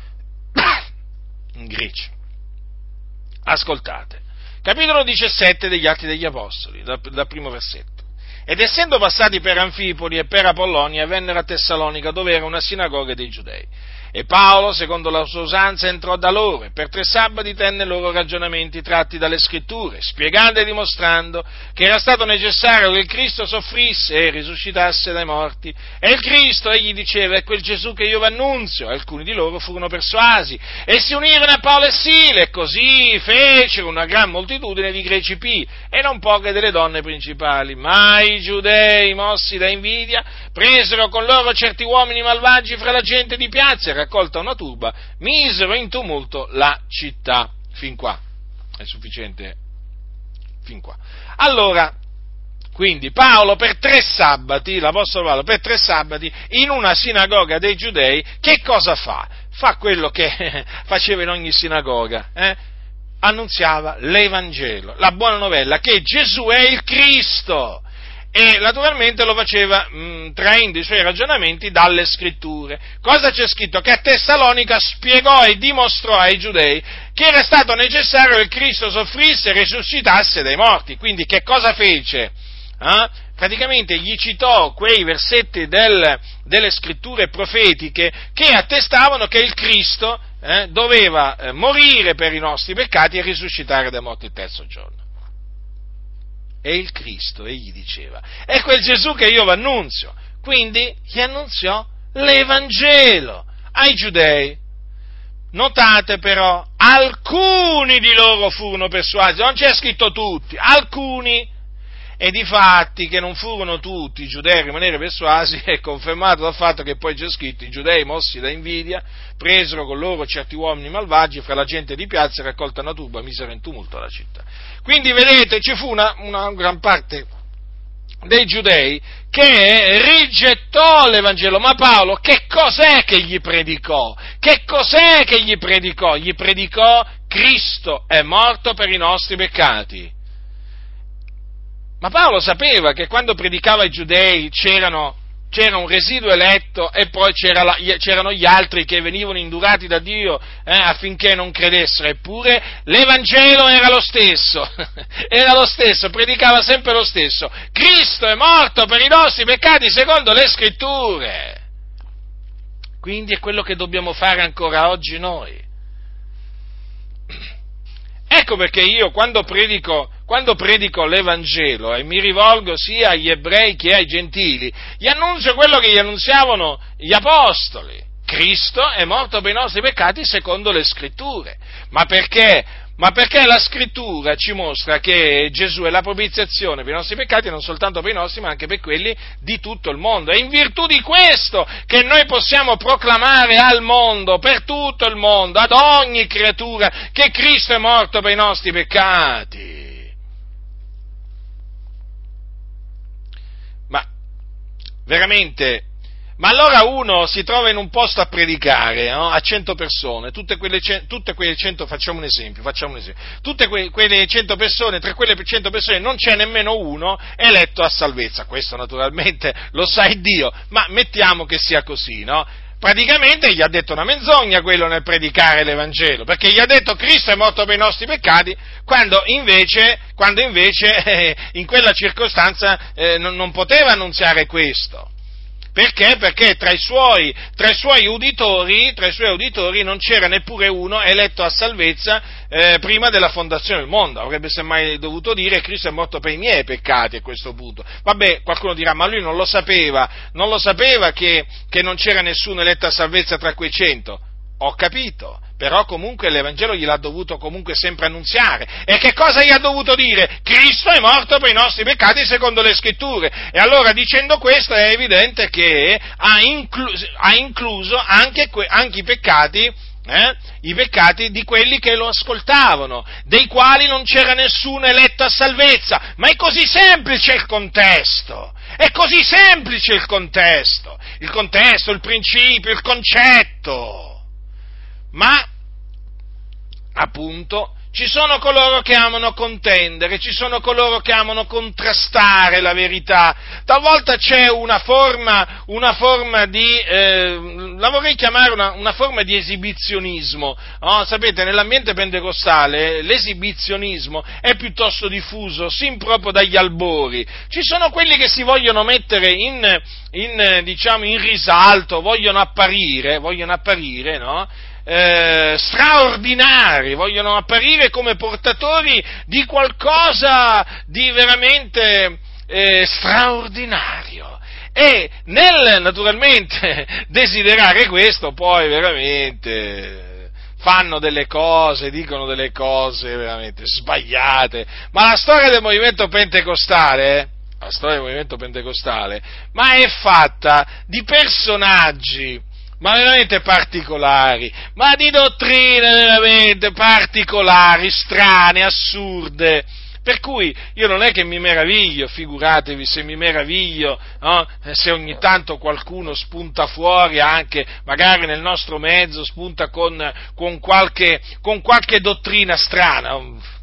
in Grecia. Ascoltate, capitolo diciassette degli Atti degli Apostoli, dal, dal primo versetto. Ed essendo passati per Anfipoli e per Apollonia, vennero a Tessalonica, dove era una sinagoga dei Giudei. E Paolo, secondo la sua usanza, entrò da loro e per tre sabati tenne loro ragionamenti tratti dalle Scritture, spiegando e dimostrando che era stato necessario che il Cristo soffrisse e risuscitasse dai morti. E il Cristo, egli diceva, è quel Gesù che io vi annunzio. Alcuni di loro furono persuasi e si unirono a Paolo e Sile, e così fecero una gran moltitudine di greci pii e non poche delle donne principali. Ma i giudei, mossi da invidia, presero con loro certi uomini malvagi fra la gente di piazza, raccolta una turba, misero in tumulto la città. Fin qua, è sufficiente, fin qua. Allora, quindi Paolo per tre sabati, l'Apostolo Paolo per tre sabati, in una sinagoga dei Giudei, che cosa fa? Fa quello che faceva in ogni sinagoga, eh? Annunziava l'Evangelo, la buona novella, che Gesù è il Cristo. e naturalmente lo faceva mh, traendo i suoi ragionamenti dalle scritture. Cosa c'è scritto? Che a Tessalonica spiegò e dimostrò ai giudei che era stato necessario che Cristo soffrisse e risuscitasse dai morti. Quindi che cosa fece? Eh? Praticamente gli citò quei versetti del, delle scritture profetiche che attestavano che il Cristo eh, doveva eh, morire per i nostri peccati e risuscitare dai morti il terzo giorno. E il Cristo, egli diceva, è quel Gesù che io vi annunzio. Quindi gli annunziò l'Evangelo ai giudei. Notate però, alcuni di loro furono persuasi, non c'è scritto tutti, alcuni. E difatti che non furono tutti i giudei a rimanere persuasi è confermato dal fatto che poi c'è scritto: i giudei, mossi da invidia, presero con loro certi uomini malvagi fra la gente di piazza, raccolta una turba, misero in tumulto la città. Quindi vedete, ci fu una, una gran parte dei giudei che rigettò l'Evangelo. Ma Paolo che cos'è che gli predicò? Che cos'è che gli predicò? Gli predicò: Cristo è morto per i nostri peccati. Ma Paolo sapeva che quando predicava ai giudei c'erano, c'era un residuo eletto e poi c'era la, c'erano gli altri che venivano indurati da Dio eh, affinché non credessero, eppure l'Evangelo era lo stesso, era lo stesso, predicava sempre lo stesso: Cristo è morto per i nostri peccati secondo le Scritture. Quindi è quello che dobbiamo fare ancora oggi noi. Ecco perché io quando predico, quando predico l'Evangelo e mi rivolgo sia agli ebrei che ai gentili, gli annuncio quello che gli annunziavano gli apostoli: Cristo è morto per i nostri peccati secondo le Scritture. Ma perché? Ma perché la Scrittura ci mostra che Gesù è la propiziazione per i nostri peccati, non soltanto per i nostri, ma anche per quelli di tutto il mondo. È in virtù di questo che noi possiamo proclamare al mondo, per tutto il mondo, ad ogni creatura, che Cristo è morto per i nostri peccati. Ma veramente... Ma allora uno si trova in un posto a predicare, no? A cento persone, tutte quelle, tutte quelle cento, facciamo un esempio, facciamo un esempio, tutte que, quelle cento persone, tra quelle cento persone non c'è nemmeno uno eletto a salvezza. Questo naturalmente lo sa Dio, ma mettiamo che sia così, no? Praticamente gli ha detto una menzogna quello nel predicare l'Evangelo, perché gli ha detto: Cristo è morto per i nostri peccati, quando invece, quando invece eh, in quella circostanza eh, non, non poteva annunziare questo. Perché? Perché tra i suoi, tra i suoi uditori, tra i suoi uditori non c'era neppure uno eletto a salvezza eh, prima della fondazione del mondo. Avrebbe semmai dovuto dire: Cristo è morto per i miei peccati a questo punto. Vabbè, qualcuno dirà: ma lui non lo sapeva, non lo sapeva che, che non c'era nessuno eletto a salvezza tra quei cento. Ho capito, però comunque l'Evangelo gliel'ha dovuto comunque sempre annunziare. E che cosa gli ha dovuto dire? Cristo è morto per i nostri peccati secondo le Scritture. E allora, dicendo questo, è evidente che ha, inclu- ha incluso anche, que- anche i peccati, eh, i peccati di quelli che lo ascoltavano, dei quali non c'era nessuno eletto a salvezza. Ma è così semplice il contesto! È così semplice il contesto! Il contesto, il principio, il concetto! Ma, appunto, ci sono coloro che amano contendere, ci sono coloro che amano contrastare la verità. Talvolta c'è una forma, una forma di, eh, la vorrei chiamare una, una forma di esibizionismo. No? Sapete, nell'ambiente pentecostale l'esibizionismo è piuttosto diffuso, sin proprio dagli albori. Ci sono quelli che si vogliono mettere in, in diciamo, in risalto, vogliono apparire, vogliono apparire, no? Eh, straordinari, vogliono apparire come portatori di qualcosa di veramente eh, straordinario, e nel naturalmente desiderare questo poi veramente fanno delle cose, dicono delle cose veramente sbagliate. Ma la storia del movimento pentecostale eh, la storia del movimento pentecostale ma è fatta di personaggi ma veramente particolari, ma di dottrine veramente particolari, strane, assurde, per cui io non è che mi meraviglio, figuratevi se mi meraviglio, no? Se ogni tanto qualcuno spunta fuori anche, magari nel nostro mezzo, spunta con, con, qualche, con qualche dottrina strana, cioè,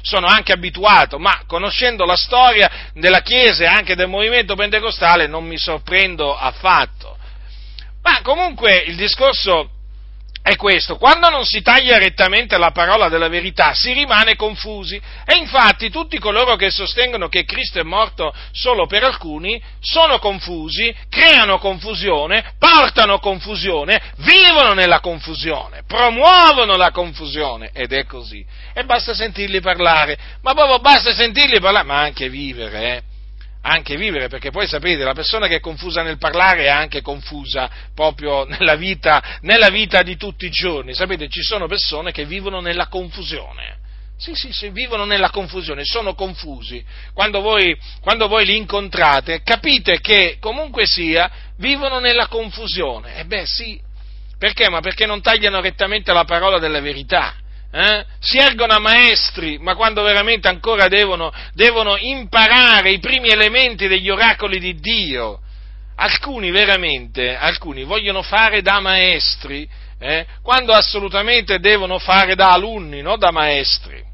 sono anche abituato, ma conoscendo la storia della Chiesa e anche del movimento pentecostale non mi sorprendo affatto. Ma comunque il discorso è questo: quando non si taglia rettamente la parola della verità si rimane confusi, e infatti tutti coloro che sostengono che Cristo è morto solo per alcuni sono confusi, creano confusione, portano confusione, vivono nella confusione, promuovono la confusione, ed è così. E basta sentirli parlare, ma proprio basta sentirli parlare, ma anche vivere, eh. Anche vivere, perché poi sapete, la persona che è confusa nel parlare è anche confusa proprio nella vita, nella vita di tutti i giorni. Sapete, ci sono persone che vivono nella confusione. Sì, sì, sì, vivono nella confusione, sono confusi. Quando voi, quando voi li incontrate, capite che comunque sia, vivono nella confusione. E beh, sì. Perché? Ma perché non tagliano rettamente la parola della verità. Eh? Si ergono a maestri, ma quando veramente ancora devono, devono imparare i primi elementi degli oracoli di Dio. Alcuni veramente, alcuni vogliono fare da maestri, eh? Quando assolutamente devono fare da alunni, non da maestri.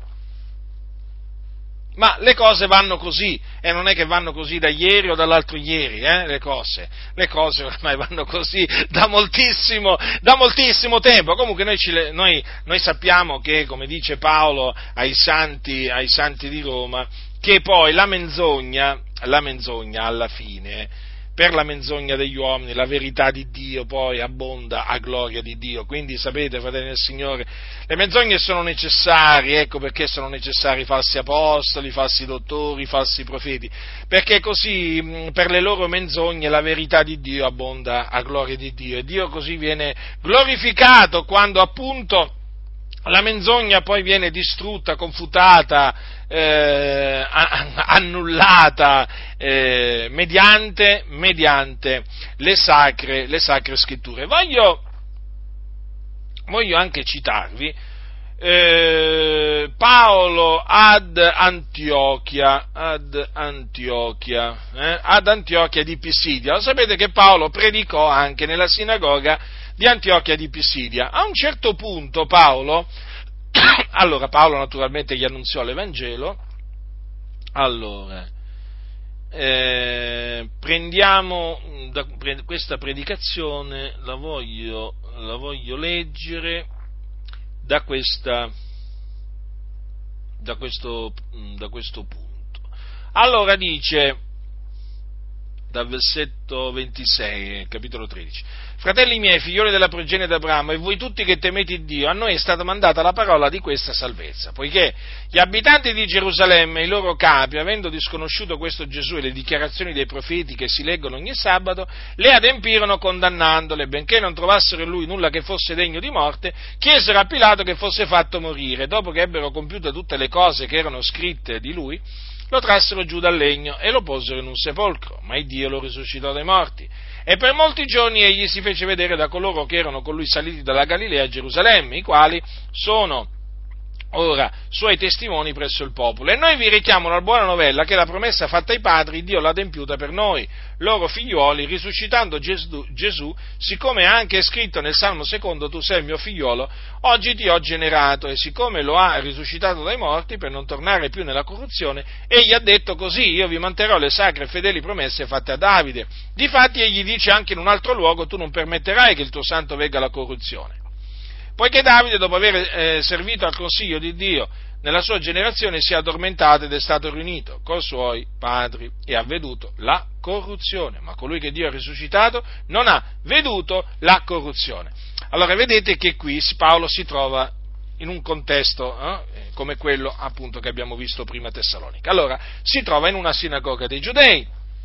Ma le cose vanno così, e non è che vanno così da ieri o dall'altro ieri, eh, le cose, le cose ormai vanno così da moltissimo, da moltissimo tempo. Comunque noi, ci, noi, noi sappiamo che, come dice Paolo ai santi, ai santi di Roma, che poi la menzogna, la menzogna alla fine, per la menzogna degli uomini, la verità di Dio poi abbonda a gloria di Dio. Quindi sapete, fratelli del Signore, le menzogne sono necessarie, ecco perché sono necessari i falsi apostoli, i falsi dottori, i falsi profeti, perché così per le loro menzogne la verità di Dio abbonda a gloria di Dio, e Dio così viene glorificato quando appunto la menzogna poi viene distrutta, confutata, eh, annullata eh, mediante, mediante le sacre, le sacre scritture. Voglio, voglio anche citarvi eh, Paolo ad Antiochia, ad Antiochia, eh, ad Antiochia di Pisidia. Lo sapete che Paolo predicò anche nella sinagoga di Antiochia di Pisidia. A un certo punto Paolo, allora Paolo naturalmente gli annunziò l'Evangelo, allora, eh, prendiamo da questa predicazione, la voglio, la voglio leggere da questa, da questo, da questo punto. Allora dice, dal versetto ventisei, capitolo tredici: fratelli miei, figlioli della progenie d'Abramo, e voi tutti che temete Dio, a noi è stata mandata la parola di questa salvezza, poiché gli abitanti di Gerusalemme e i loro capi, avendo disconosciuto questo Gesù e le dichiarazioni dei profeti che si leggono ogni sabato, le adempirono condannandole, benché non trovassero in lui nulla che fosse degno di morte, chiesero a Pilato che fosse fatto morire. Dopo che ebbero compiute tutte le cose che erano scritte di lui, lo trassero giù dal legno e lo posero in un sepolcro, ma il Dio lo risuscitò dai morti. E per molti giorni egli si fece vedere da coloro che erano con lui saliti dalla Galilea a Gerusalemme, i quali sono ora suoi testimoni presso il popolo. E noi vi richiamo la buona novella che la promessa fatta ai padri Dio l'ha adempiuta per noi, loro figliuoli, risuscitando Gesù, Gesù, siccome è anche scritto nel Salmo secondo: tu sei il mio figliolo, oggi ti ho generato. E siccome lo ha risuscitato dai morti per non tornare più nella corruzione, egli ha detto così: io vi manterrò le sacre e fedeli promesse fatte a Davide. Difatti egli dice anche in un altro luogo: tu non permetterai che il tuo santo vegga alla corruzione. Poiché Davide, dopo aver eh, servito al consiglio di Dio nella sua generazione, si è addormentato ed è stato riunito coi suoi padri e ha veduto la corruzione, ma colui che Dio ha risuscitato non ha veduto la corruzione. Allora vedete che qui Paolo si trova in un contesto eh, come quello appunto che abbiamo visto prima a Tessalonica. Allora si trova in una sinagoga dei giudei,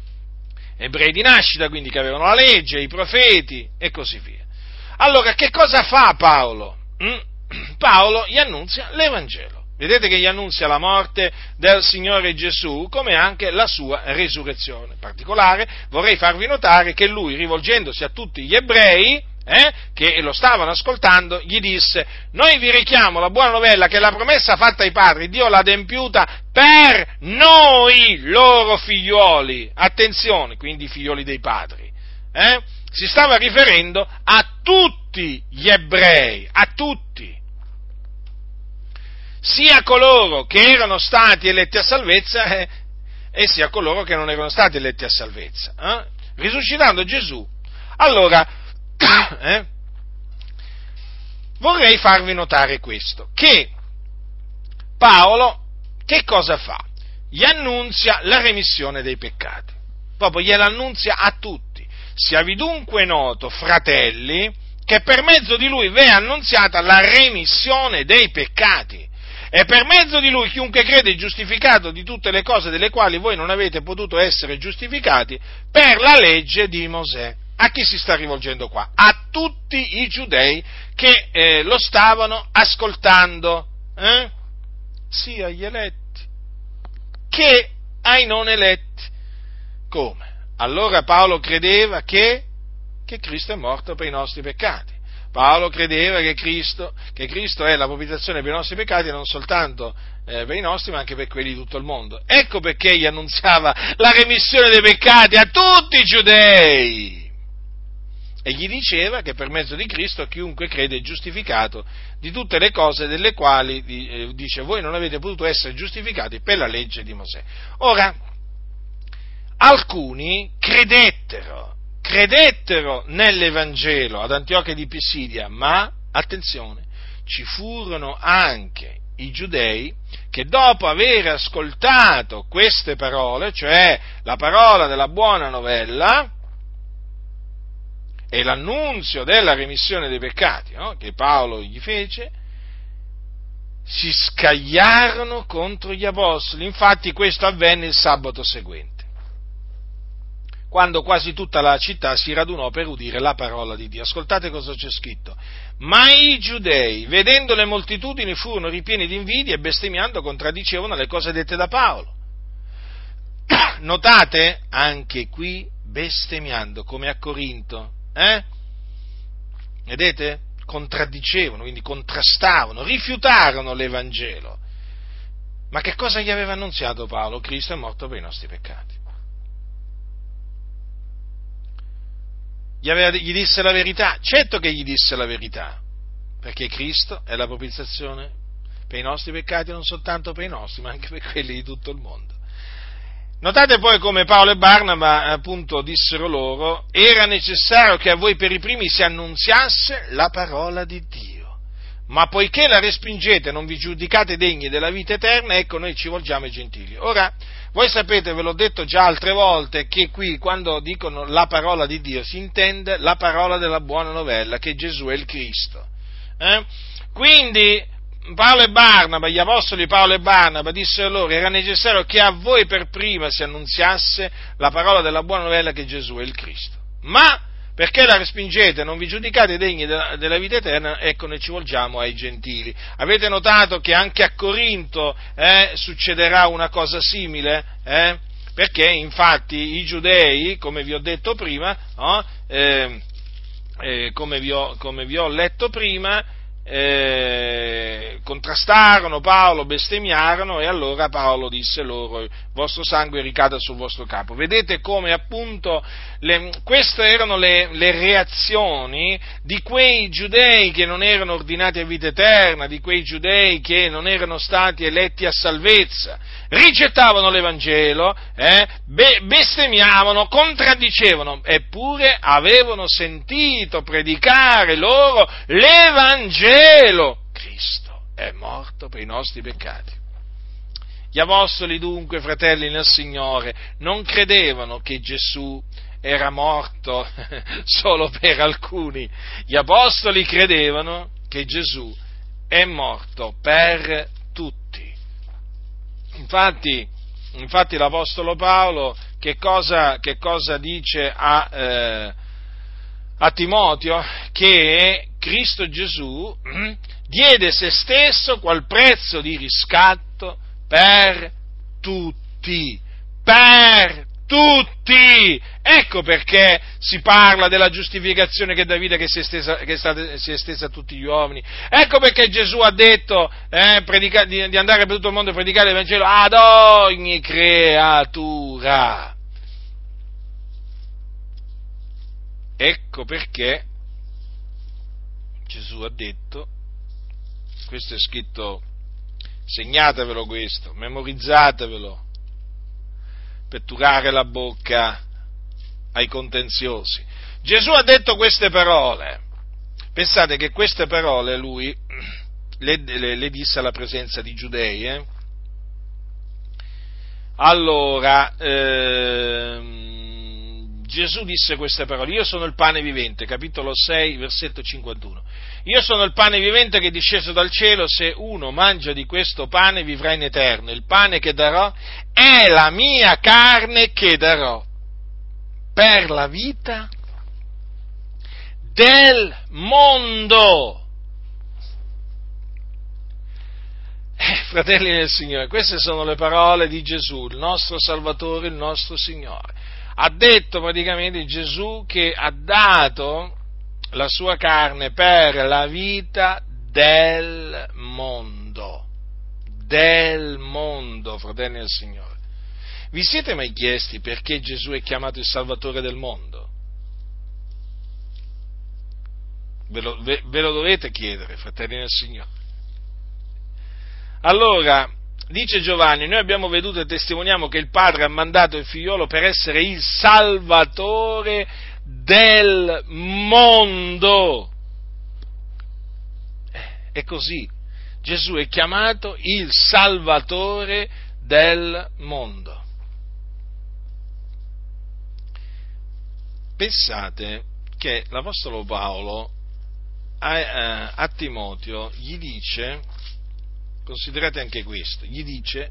ebrei di nascita, quindi che avevano la legge, i profeti e così via. Allora, che cosa fa Paolo? Mm? Paolo gli annunzia l'Evangelo. Vedete che gli annunzia la morte del Signore Gesù, come anche la sua resurrezione. In particolare vorrei farvi notare che lui, rivolgendosi a tutti gli ebrei eh, che lo stavano ascoltando, gli disse: noi vi richiamo la buona novella che la promessa fatta ai padri Dio l'ha adempiuta per noi, loro figliuoli. Attenzione, quindi figlioli dei padri. Eh? Si stava riferendo a tutti gli ebrei, a tutti. sia coloro che erano stati eletti a salvezza eh, e sia coloro che non erano stati eletti a salvezza. Eh? Risuscitando Gesù, allora, eh, vorrei farvi notare questo, che Paolo che cosa fa? Gli annunzia la remissione dei peccati, proprio gliela annunzia a tutti. Siavi dunque noto, fratelli, che per mezzo di lui vi è annunziata la remissione dei peccati, e per mezzo di lui chiunque crede è giustificato di tutte le cose delle quali voi non avete potuto essere giustificati per la legge di Mosè. A chi si sta rivolgendo qua? A tutti i giudei che eh, lo stavano ascoltando, eh? sia agli eletti che ai non eletti. Come? Allora Paolo credeva che, che Cristo è morto per i nostri peccati. Paolo credeva che Cristo, che Cristo è la propiziazione per i nostri peccati, non soltanto eh, per i nostri, ma anche per quelli di tutto il mondo. Ecco perché gli annunziava la remissione dei peccati a tutti i giudei. E gli diceva che per mezzo di Cristo chiunque crede è giustificato di tutte le cose delle quali, eh, dice, voi non avete potuto essere giustificati per la legge di Mosè. Ora, alcuni credettero, credettero nell'Evangelo ad Antiochia di Pisidia, ma, attenzione, ci furono anche i giudei che dopo aver ascoltato queste parole, cioè la parola della buona novella, e l'annunzio della remissione dei peccati, no? che Paolo gli fece, si scagliarono contro gli apostoli. Infatti questo avvenne il sabato seguente, quando quasi tutta la città si radunò per udire la parola di Dio. Ascoltate cosa c'è scritto. Ma i giudei, vedendo le moltitudini, furono ripieni di invidia e bestemmiando contraddicevano le cose dette da Paolo. Notate? Anche qui bestemmiando, come a Corinto. Eh? Vedete? Contraddicevano, quindi contrastavano, rifiutarono l'Evangelo. Ma che cosa gli aveva annunziato Paolo? Cristo è morto per i nostri peccati. Gli, aveva, gli disse la verità? Certo che gli disse la verità, perché Cristo è la propiziazione per i nostri peccati, non soltanto per i nostri, ma anche per quelli di tutto il mondo. Notate poi come Paolo e Barnaba appunto dissero loro: era necessario che a voi per i primi si annunziasse la parola di Dio, ma poiché la respingete e non vi giudicate degni della vita eterna, ecco noi ci volgiamo ai gentili. Ora, voi sapete, ve l'ho detto già altre volte, che qui quando dicono la parola di Dio si intende la parola della buona novella, che Gesù è il Cristo. Eh? Quindi Paolo e Barnaba, gli apostoli Paolo e Barnaba dissero loro: era necessario che a voi per prima si annunziasse la parola della buona novella che Gesù è il Cristo. Ma perché la respingete, non vi giudicate degni della, della vita eterna, ecco noi ci volgiamo ai gentili. Avete notato che anche a Corinto eh, succederà una cosa simile? Eh? Perché infatti i giudei, come vi ho detto prima, no? eh, eh, come, vi ho, come vi ho letto prima, Eh, contrastarono Paolo, bestemmiarono, e allora Paolo disse loro: il vostro sangue ricada sul vostro capo. Vedete come appunto le, queste erano le, le reazioni di quei giudei che non erano ordinati a vita eterna, di quei giudei che non erano stati eletti a salvezza. Rigettavano l'Evangelo, eh, be, bestemmiavano, contraddicevano, eppure avevano sentito predicare loro l'Evangelo. Cristo è morto per i nostri peccati. Gli apostoli dunque, fratelli nel Signore, non credevano che Gesù era morto solo per alcuni. Gli apostoli credevano che Gesù è morto per tutti. Infatti, infatti l'Apostolo Paolo che cosa, che cosa dice a, eh, a Timoteo? Che Cristo Gesù diede se stesso qual prezzo di riscatto per tutti, per tutti! Ecco perché si parla della giustificazione che Davide che si è estesa, che è stata, si è estesa a tutti gli uomini. Ecco perché Gesù ha detto eh, predica, di, di andare per tutto il mondo a predicare il Vangelo ad ogni creatura. Ecco perché Gesù ha detto, questo è scritto Segnatevelo questo, memorizzatevelo, per turare la bocca ai contenziosi. Gesù ha detto queste parole. Pensate che queste parole lui le, le, le disse alla presenza di giudei. Eh? Allora, ehm, Gesù disse queste parole: io sono il pane vivente, capitolo sei, versetto cinquantuno. Io sono il pane vivente che è disceso dal cielo, se uno mangia di questo pane vivrà in eterno. Il pane che darò è la mia carne che darò per la vita del mondo. Eh, fratelli del Signore, queste sono le parole di Gesù, il nostro Salvatore, il nostro Signore. Ha detto praticamente Gesù che ha dato la sua carne per la vita del mondo. Del mondo, fratelli del Signore. Vi siete mai chiesti perché Gesù è chiamato il Salvatore del mondo? Ve lo, ve, ve lo dovete chiedere, fratelli del Signore. Allora, dice Giovanni, noi abbiamo veduto e testimoniamo che il Padre ha mandato il Figliolo per essere il Salvatore del mondo. È così, Gesù è chiamato il Salvatore del mondo. Pensate che l'Apostolo Paolo a, a Timoteo gli dice, considerate anche questo, gli dice: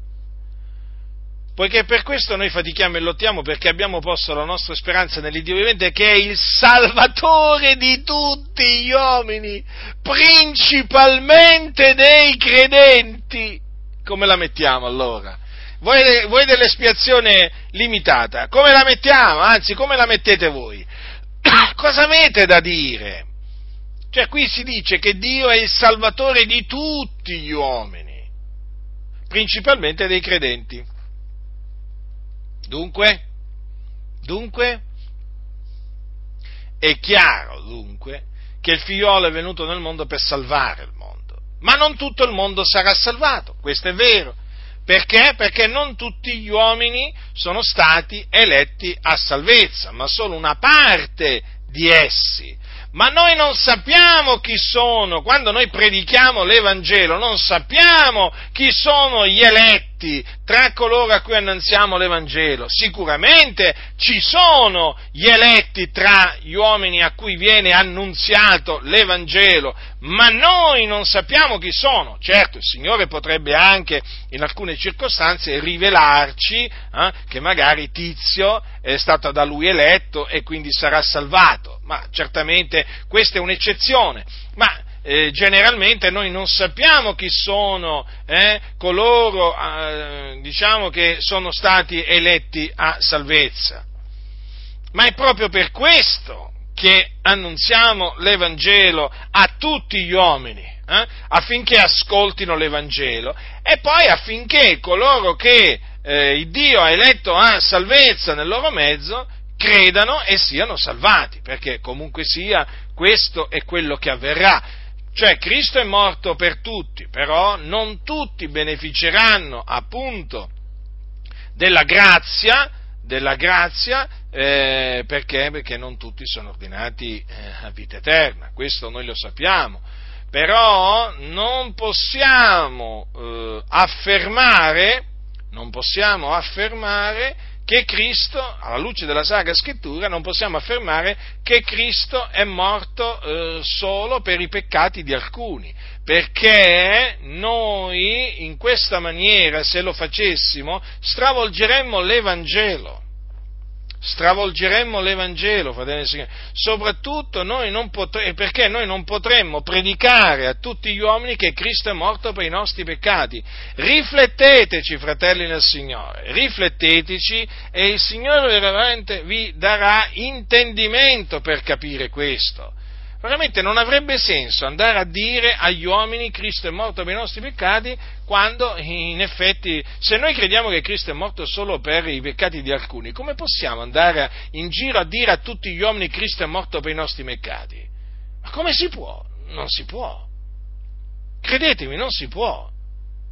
poiché per questo noi fatichiamo e lottiamo, perché abbiamo posto la nostra speranza nell'Iddio vivente, che è il Salvatore di tutti gli uomini, principalmente dei credenti. Come la mettiamo allora? Voi, voi dell'espiazione limitata, come la mettiamo? Anzi, come la mettete voi? Cosa avete da dire? Cioè, qui si dice che Dio è il Salvatore di tutti gli uomini, principalmente dei credenti. Dunque, dunque, è chiaro dunque che il Figliolo è venuto nel mondo per salvare il mondo, ma non tutto il mondo sarà salvato, questo è vero. Perché? Perché non tutti gli uomini sono stati eletti a salvezza, ma solo una parte di essi. Ma noi non sappiamo chi sono, quando noi predichiamo l'Evangelo, non sappiamo chi sono gli eletti tra coloro a cui annunziamo l'Evangelo. Sicuramente ci sono gli eletti tra gli uomini a cui viene annunziato l'Evangelo, ma noi non sappiamo chi sono. Certo, il Signore potrebbe anche in alcune circostanze rivelarci eh, che magari Tizio è stato da lui eletto e quindi sarà salvato, ma certamente questa è un'eccezione, ma eh, generalmente noi non sappiamo chi sono eh, coloro eh, diciamo che sono stati eletti a salvezza, ma è proprio per questo che annunziamo l'Evangelo a tutti gli uomini, eh, affinché ascoltino l'Evangelo e poi affinché coloro che eh, Dio ha eletto a salvezza nel loro mezzo credano e siano salvati, perché comunque sia questo è quello che avverrà. Cioè Cristo è morto per tutti, però non tutti beneficeranno appunto della grazia, della grazia eh, perché? Perché non tutti sono ordinati eh, a vita eterna, questo noi lo sappiamo, però non possiamo eh, affermare, non possiamo affermare che Cristo, alla luce della Sacra Scrittura, non possiamo affermare che Cristo è morto eh, solo per i peccati di alcuni, perché noi in questa maniera, se lo facessimo, stravolgeremmo l'Evangelo. Stravolgeremmo l'Evangelo, fratelli e signori. Soprattutto noi non potre- perché noi non potremmo predicare a tutti gli uomini che Cristo è morto per i nostri peccati. Rifletteteci, fratelli nel Signore, rifletteteci e il Signore veramente vi darà intendimento per capire questo. Veramente non avrebbe senso andare a dire agli uomini Cristo è morto per i nostri peccati, quando in effetti, se noi crediamo che Cristo è morto solo per i peccati di alcuni, come possiamo andare in giro a dire a tutti gli uomini Cristo è morto per i nostri peccati? Ma come si può? Non si può. Credetemi, non si può.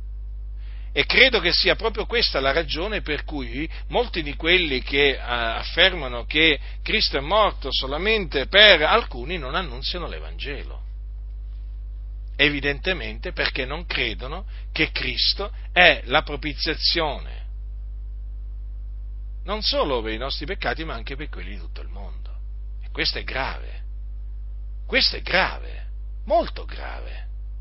e credo che sia proprio questa la ragione per cui molti di quelli che eh, affermano che Cristo è morto solamente per alcuni non annunziano l'Evangelo. Evidentemente perché non credono che Cristo è la propiziazione, non solo per i nostri peccati, ma anche per quelli di tutto il mondo. E questo è grave, questo è grave, molto grave.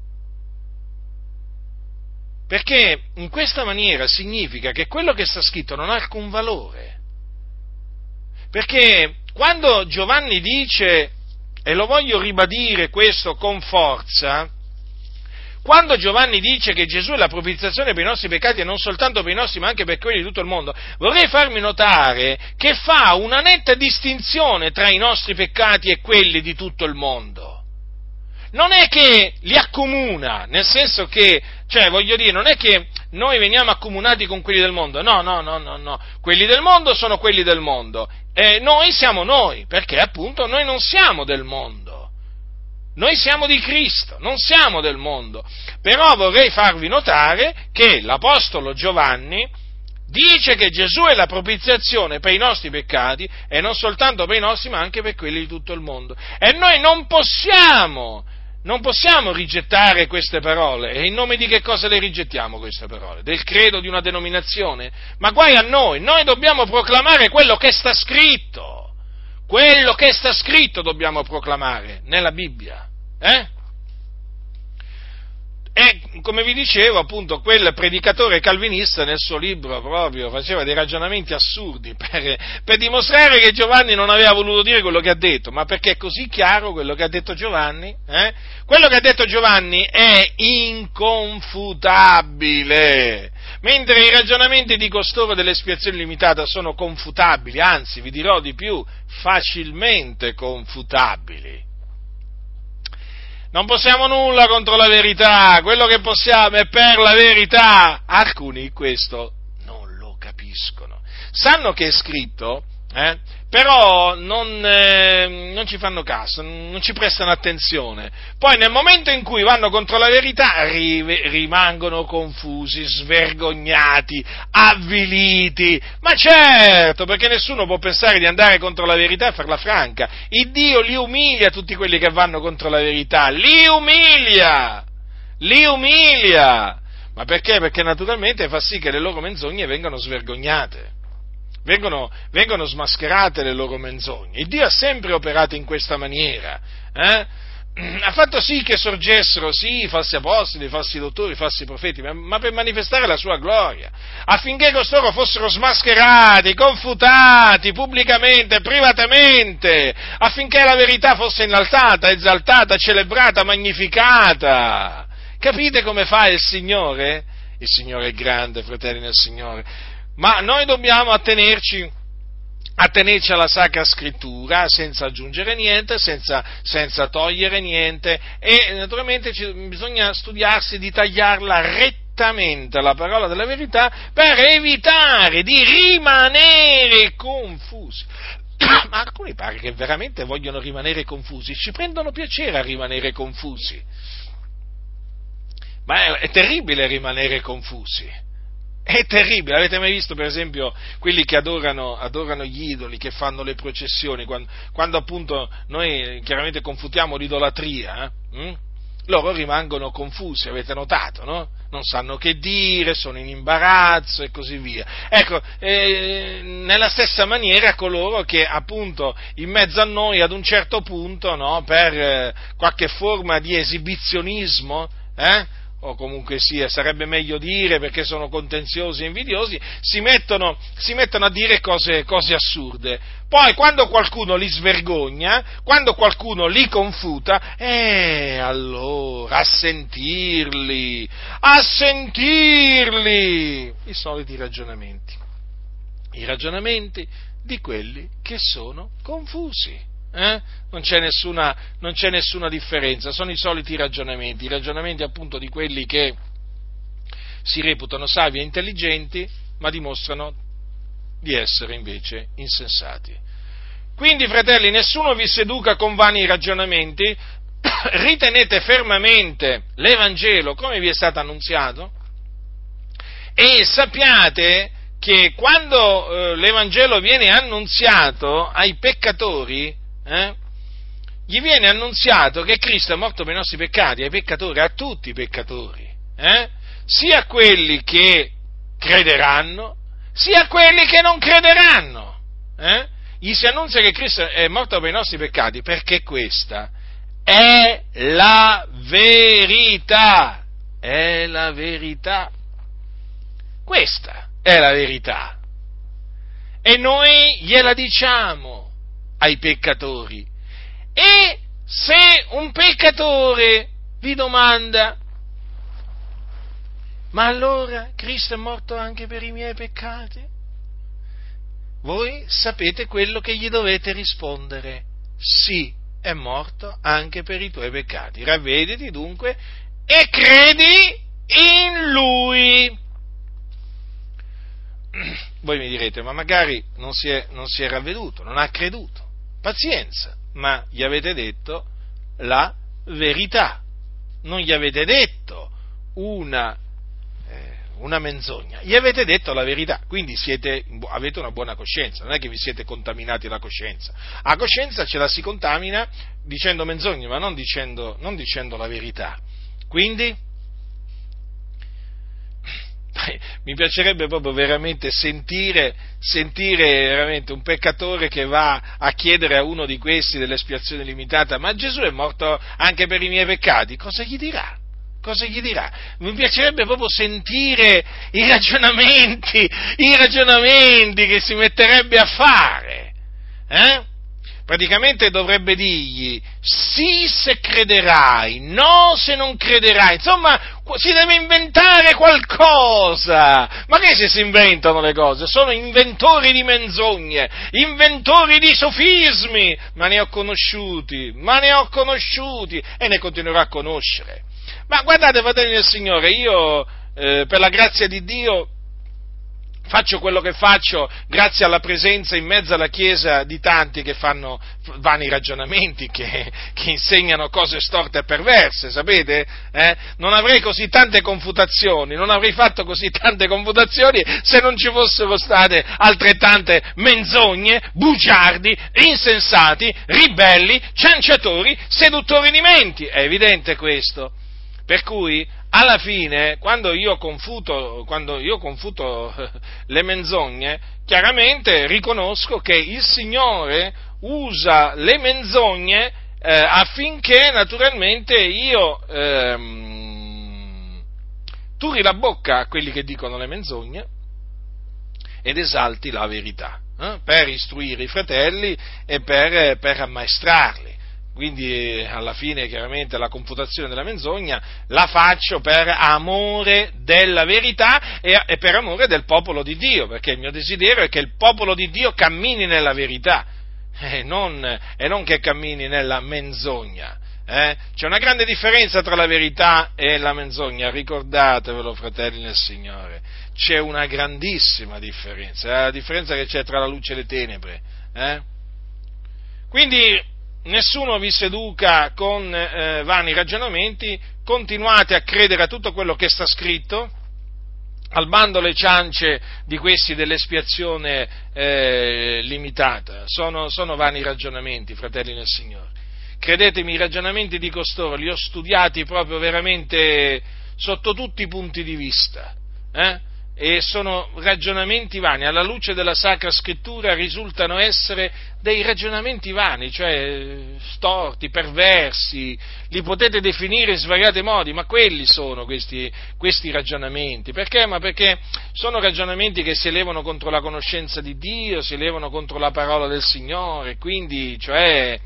Perché in questa maniera significa che quello che sta scritto non ha alcun valore. Perché quando Giovanni dice, e lo voglio ribadire questo con forza, quando Giovanni dice che Gesù è la propiziazione per i nostri peccati e non soltanto per i nostri ma anche per quelli di tutto il mondo, vorrei farmi notare che fa una netta distinzione tra i nostri peccati e quelli di tutto il mondo. Non è che li accomuna, nel senso che, cioè voglio dire, non è che noi veniamo accomunati con quelli del mondo, no, no, no, no, no, quelli del mondo sono quelli del mondo, e noi siamo noi, perché appunto noi non siamo del mondo, noi siamo di Cristo, non siamo del mondo, però vorrei farvi notare che l'Apostolo Giovanni dice che Gesù è la propiziazione per i nostri peccati, e non soltanto per i nostri, ma anche per quelli di tutto il mondo, e noi non possiamo Non possiamo rigettare queste parole. E in nome di che cosa le rigettiamo queste parole? Del credo di una denominazione? Ma guai a noi, noi dobbiamo proclamare quello che sta scritto. Quello che sta scritto dobbiamo proclamare nella Bibbia. Eh? E come vi dicevo, appunto, quel predicatore calvinista nel suo libro proprio faceva dei ragionamenti assurdi per, per dimostrare che Giovanni non aveva voluto dire quello che ha detto, ma perché è così chiaro quello che ha detto Giovanni? Eh? Quello che ha detto Giovanni è inconfutabile, mentre i ragionamenti di costoro dell'espiazione limitata sono confutabili, anzi, vi dirò di più, facilmente confutabili. Non possiamo nulla contro la verità, quello che possiamo è per la verità. Alcuni questo non lo capiscono. Sanno che è scritto, eh, però non, eh, non ci fanno caso, non ci prestano attenzione. Poi nel momento in cui vanno contro la verità ri, rimangono confusi, svergognati, avviliti. Ma certo, perché nessuno può pensare di andare contro la verità e farla franca. Il Dio li umilia tutti quelli che vanno contro la verità, li umilia, li umilia. Ma perché? Perché naturalmente fa sì che le loro menzogne vengano svergognate. Vengono, vengono smascherate le loro menzogne. Il Dio ha sempre operato in questa maniera, eh? Ha fatto sì che sorgessero, sì, i falsi apostoli, i falsi dottori, i falsi profeti, ma, ma per manifestare la sua gloria, affinché costoro fossero smascherati, confutati, pubblicamente, privatamente, affinché la verità fosse innalzata, esaltata, celebrata, magnificata. Capite come fa il Signore? Il Signore è grande, fratelli nel Signore. Ma noi dobbiamo attenerci, attenerci alla Sacra Scrittura senza aggiungere niente, senza, senza togliere niente, e naturalmente ci, bisogna studiarsi di tagliarla rettamente la parola della verità per evitare di rimanere confusi. Ma alcuni pare che veramente vogliono rimanere confusi, ci prendono piacere a rimanere confusi. Ma è, è terribile rimanere confusi. È terribile, avete mai visto per esempio quelli che adorano, adorano gli idoli, che fanno le processioni, quando, quando appunto noi chiaramente confutiamo l'idolatria, eh? hm? Loro rimangono confusi, avete notato, no? Non sanno che dire, sono in imbarazzo e così via. Ecco, eh, nella stessa maniera coloro che appunto in mezzo a noi ad un certo punto, no, per eh, qualche forma di esibizionismo, eh? o comunque sia, sarebbe meglio dire, perché sono contenziosi e invidiosi, si mettono, si mettono a dire cose, cose assurde. Poi quando qualcuno li svergogna, quando qualcuno li confuta, eh, allora, a sentirli, a sentirli, i soliti ragionamenti, i ragionamenti di quelli che sono confusi. Eh? Non c'è nessuna, non c'è nessuna differenza, sono i soliti ragionamenti, i ragionamenti appunto di quelli che si reputano savi e intelligenti, ma dimostrano di essere invece insensati. Quindi, fratelli, nessuno vi seduca con vani ragionamenti, ritenete fermamente l'Evangelo come vi è stato annunziato E sappiate che quando eh, l'Evangelo viene annunziato ai peccatori, eh, gli viene annunziato che Cristo è morto per i nostri peccati, ai peccatori, a tutti i peccatori, eh, sia a quelli che crederanno, sia a quelli che non crederanno. Eh? Gli si annuncia che Cristo è morto per i nostri peccati, perché questa è la verità, è la verità. Questa è la verità. E noi gliela diciamo ai peccatori. E se un peccatore vi domanda: ma allora Cristo è morto anche per i miei peccati? Voi sapete quello che gli dovete rispondere: sì, è morto anche per i tuoi peccati. Ravvediti dunque e credi in Lui. Voi mi direte: ma magari non si è, non si è ravveduto, non ha creduto. Pazienza, ma gli avete detto la verità, non gli avete detto una, eh, una menzogna, gli avete detto la verità, quindi siete, avete una buona coscienza, non è che vi siete contaminati la coscienza. La coscienza ce la si contamina dicendo menzogne, ma non dicendo, non dicendo la verità. Quindi mi piacerebbe proprio veramente sentire, sentire veramente un peccatore che va a chiedere a uno di questi dell'espiazione limitata: ma Gesù è morto anche per i miei peccati? Cosa gli dirà? Cosa gli dirà? Mi piacerebbe proprio sentire i ragionamenti, i ragionamenti che si metterebbe a fare, eh? Praticamente dovrebbe dirgli: sì se crederai, no se non crederai. Insomma, si deve inventare qualcosa. Ma che se si inventano le cose? Sono inventori di menzogne, inventori di sofismi. Ma ne ho conosciuti, ma ne ho conosciuti e ne continuerò a conoscere. Ma guardate, fratelli del Signore, io eh, per la grazia di Dio faccio quello che faccio grazie alla presenza in mezzo alla Chiesa di tanti che fanno vani ragionamenti, che, che insegnano cose storte e perverse, sapete? Eh? Non avrei così tante confutazioni, non avrei fatto così tante confutazioni se non ci fossero state altrettante menzogne, bugiardi, insensati, ribelli, cianciatori, seduttori di menti. È evidente questo. Per cui, alla fine, quando io confuto, quando io confuto le menzogne, chiaramente riconosco che il Signore usa le menzogne eh, affinché, naturalmente, io ehm, turi la bocca a quelli che dicono le menzogne ed esalti la verità, eh, per istruire i fratelli e per, per ammaestrarli. Quindi alla fine chiaramente la confutazione della menzogna la faccio per amore della verità e, e per amore del popolo di Dio, perché il mio desiderio è che il popolo di Dio cammini nella verità e non, e non che cammini nella menzogna. Eh? C'è una grande differenza tra la verità e la menzogna, ricordatevelo, fratelli nel Signore, c'è una grandissima differenza, è la differenza che c'è tra la luce e le tenebre. Eh? Quindi nessuno vi seduca con eh, vani ragionamenti, continuate a credere a tutto quello che sta scritto, al bando le ciance di questi dell'espiazione eh, limitata, sono, sono vani ragionamenti, fratelli nel Signore. Credetemi, i ragionamenti di costoro li ho studiati proprio veramente sotto tutti i punti di vista, eh? E sono ragionamenti vani, alla luce della Sacra Scrittura risultano essere dei ragionamenti vani, cioè storti, perversi, li potete definire in svariati modi, ma quelli sono questi, questi ragionamenti. Perché? Ma perché sono ragionamenti che si elevano contro la conoscenza di Dio, si elevano contro la parola del Signore, quindi, cioè,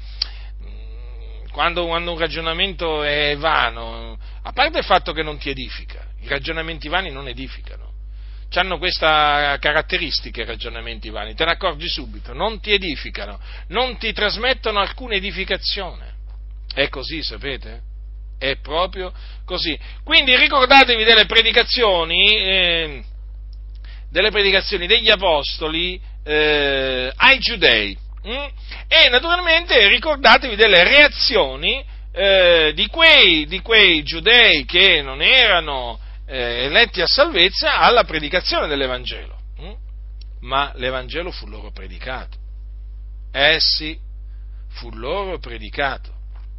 quando, quando un ragionamento è vano, a parte il fatto che non ti edifica, i ragionamenti vani non edificano. Hanno questa caratteristica i ragionamenti vani, te ne accorgi subito, non ti edificano, non ti trasmettono alcuna edificazione. È così, sapete? È proprio così. Quindi ricordatevi delle predicazioni, eh, delle predicazioni degli apostoli eh, ai giudei hm? e naturalmente ricordatevi delle reazioni eh, di, quei, di quei giudei che non erano eh, eletti a salvezza alla predicazione dell'Evangelo. Hm? Ma l'Evangelo fu loro predicato. Eh sì, fu loro predicato.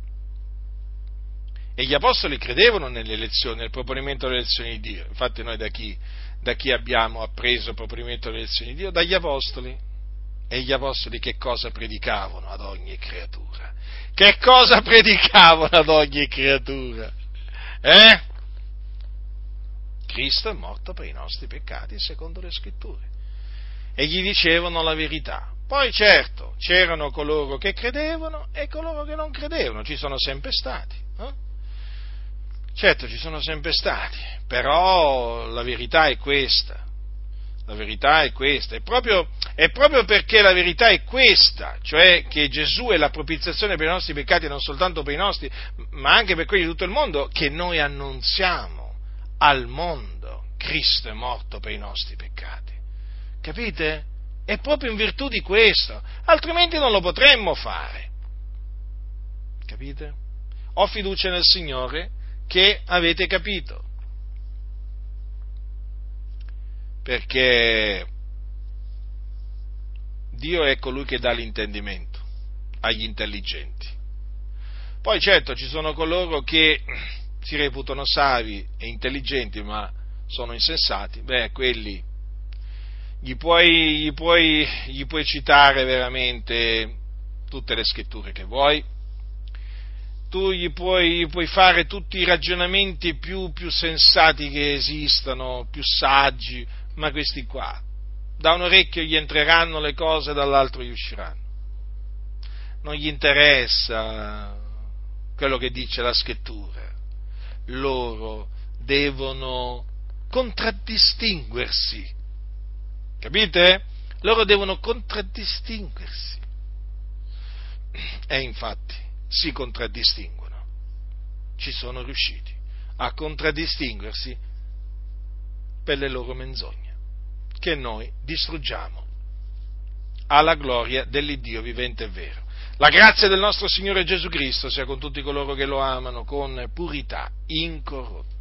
E gli apostoli credevano nelle elezioni, nel proponimento delle elezioni di Dio. Infatti noi da chi, da chi abbiamo appreso il proponimento delle elezioni di Dio? Dagli apostoli. E gli apostoli che cosa predicavano ad ogni creatura? Che cosa predicavano ad ogni creatura? Eh? Cristo è morto per i nostri peccati, secondo le Scritture. E gli dicevano la verità. Poi certo, c'erano coloro che credevano e coloro che non credevano, ci sono sempre stati. Eh? Certo, ci sono sempre stati, però la verità è questa. La verità è questa, è proprio, è proprio perché la verità è questa, cioè che Gesù è la propiziazione per i nostri peccati, non soltanto per i nostri, ma anche per quelli di tutto il mondo, che noi annunziamo al mondo: Cristo è morto per i nostri peccati. Capite? È proprio in virtù di questo, altrimenti non lo potremmo fare. Capite? Ho fiducia nel Signore che avete capito. Perché Dio è colui che dà l'intendimento agli intelligenti. Poi certo ci sono coloro che si reputano savi e intelligenti ma sono insensati, beh, quelli gli puoi, gli puoi, gli puoi citare veramente tutte le scritture che vuoi, tu gli puoi, gli puoi fare tutti i ragionamenti più, più sensati che esistano, più saggi, ma questi qua, da un orecchio gli entreranno le cose, dall'altro gli usciranno. Non gli interessa quello che dice la Scrittura. Loro devono contraddistinguersi. Capite? Loro devono contraddistinguersi. E infatti si contraddistinguono. Ci sono riusciti a contraddistinguersi per le loro menzogne, che noi distruggiamo alla gloria dell'Iddio vivente e vero. La grazia del nostro Signore Gesù Cristo sia con tutti coloro che lo amano con purità incorrotta.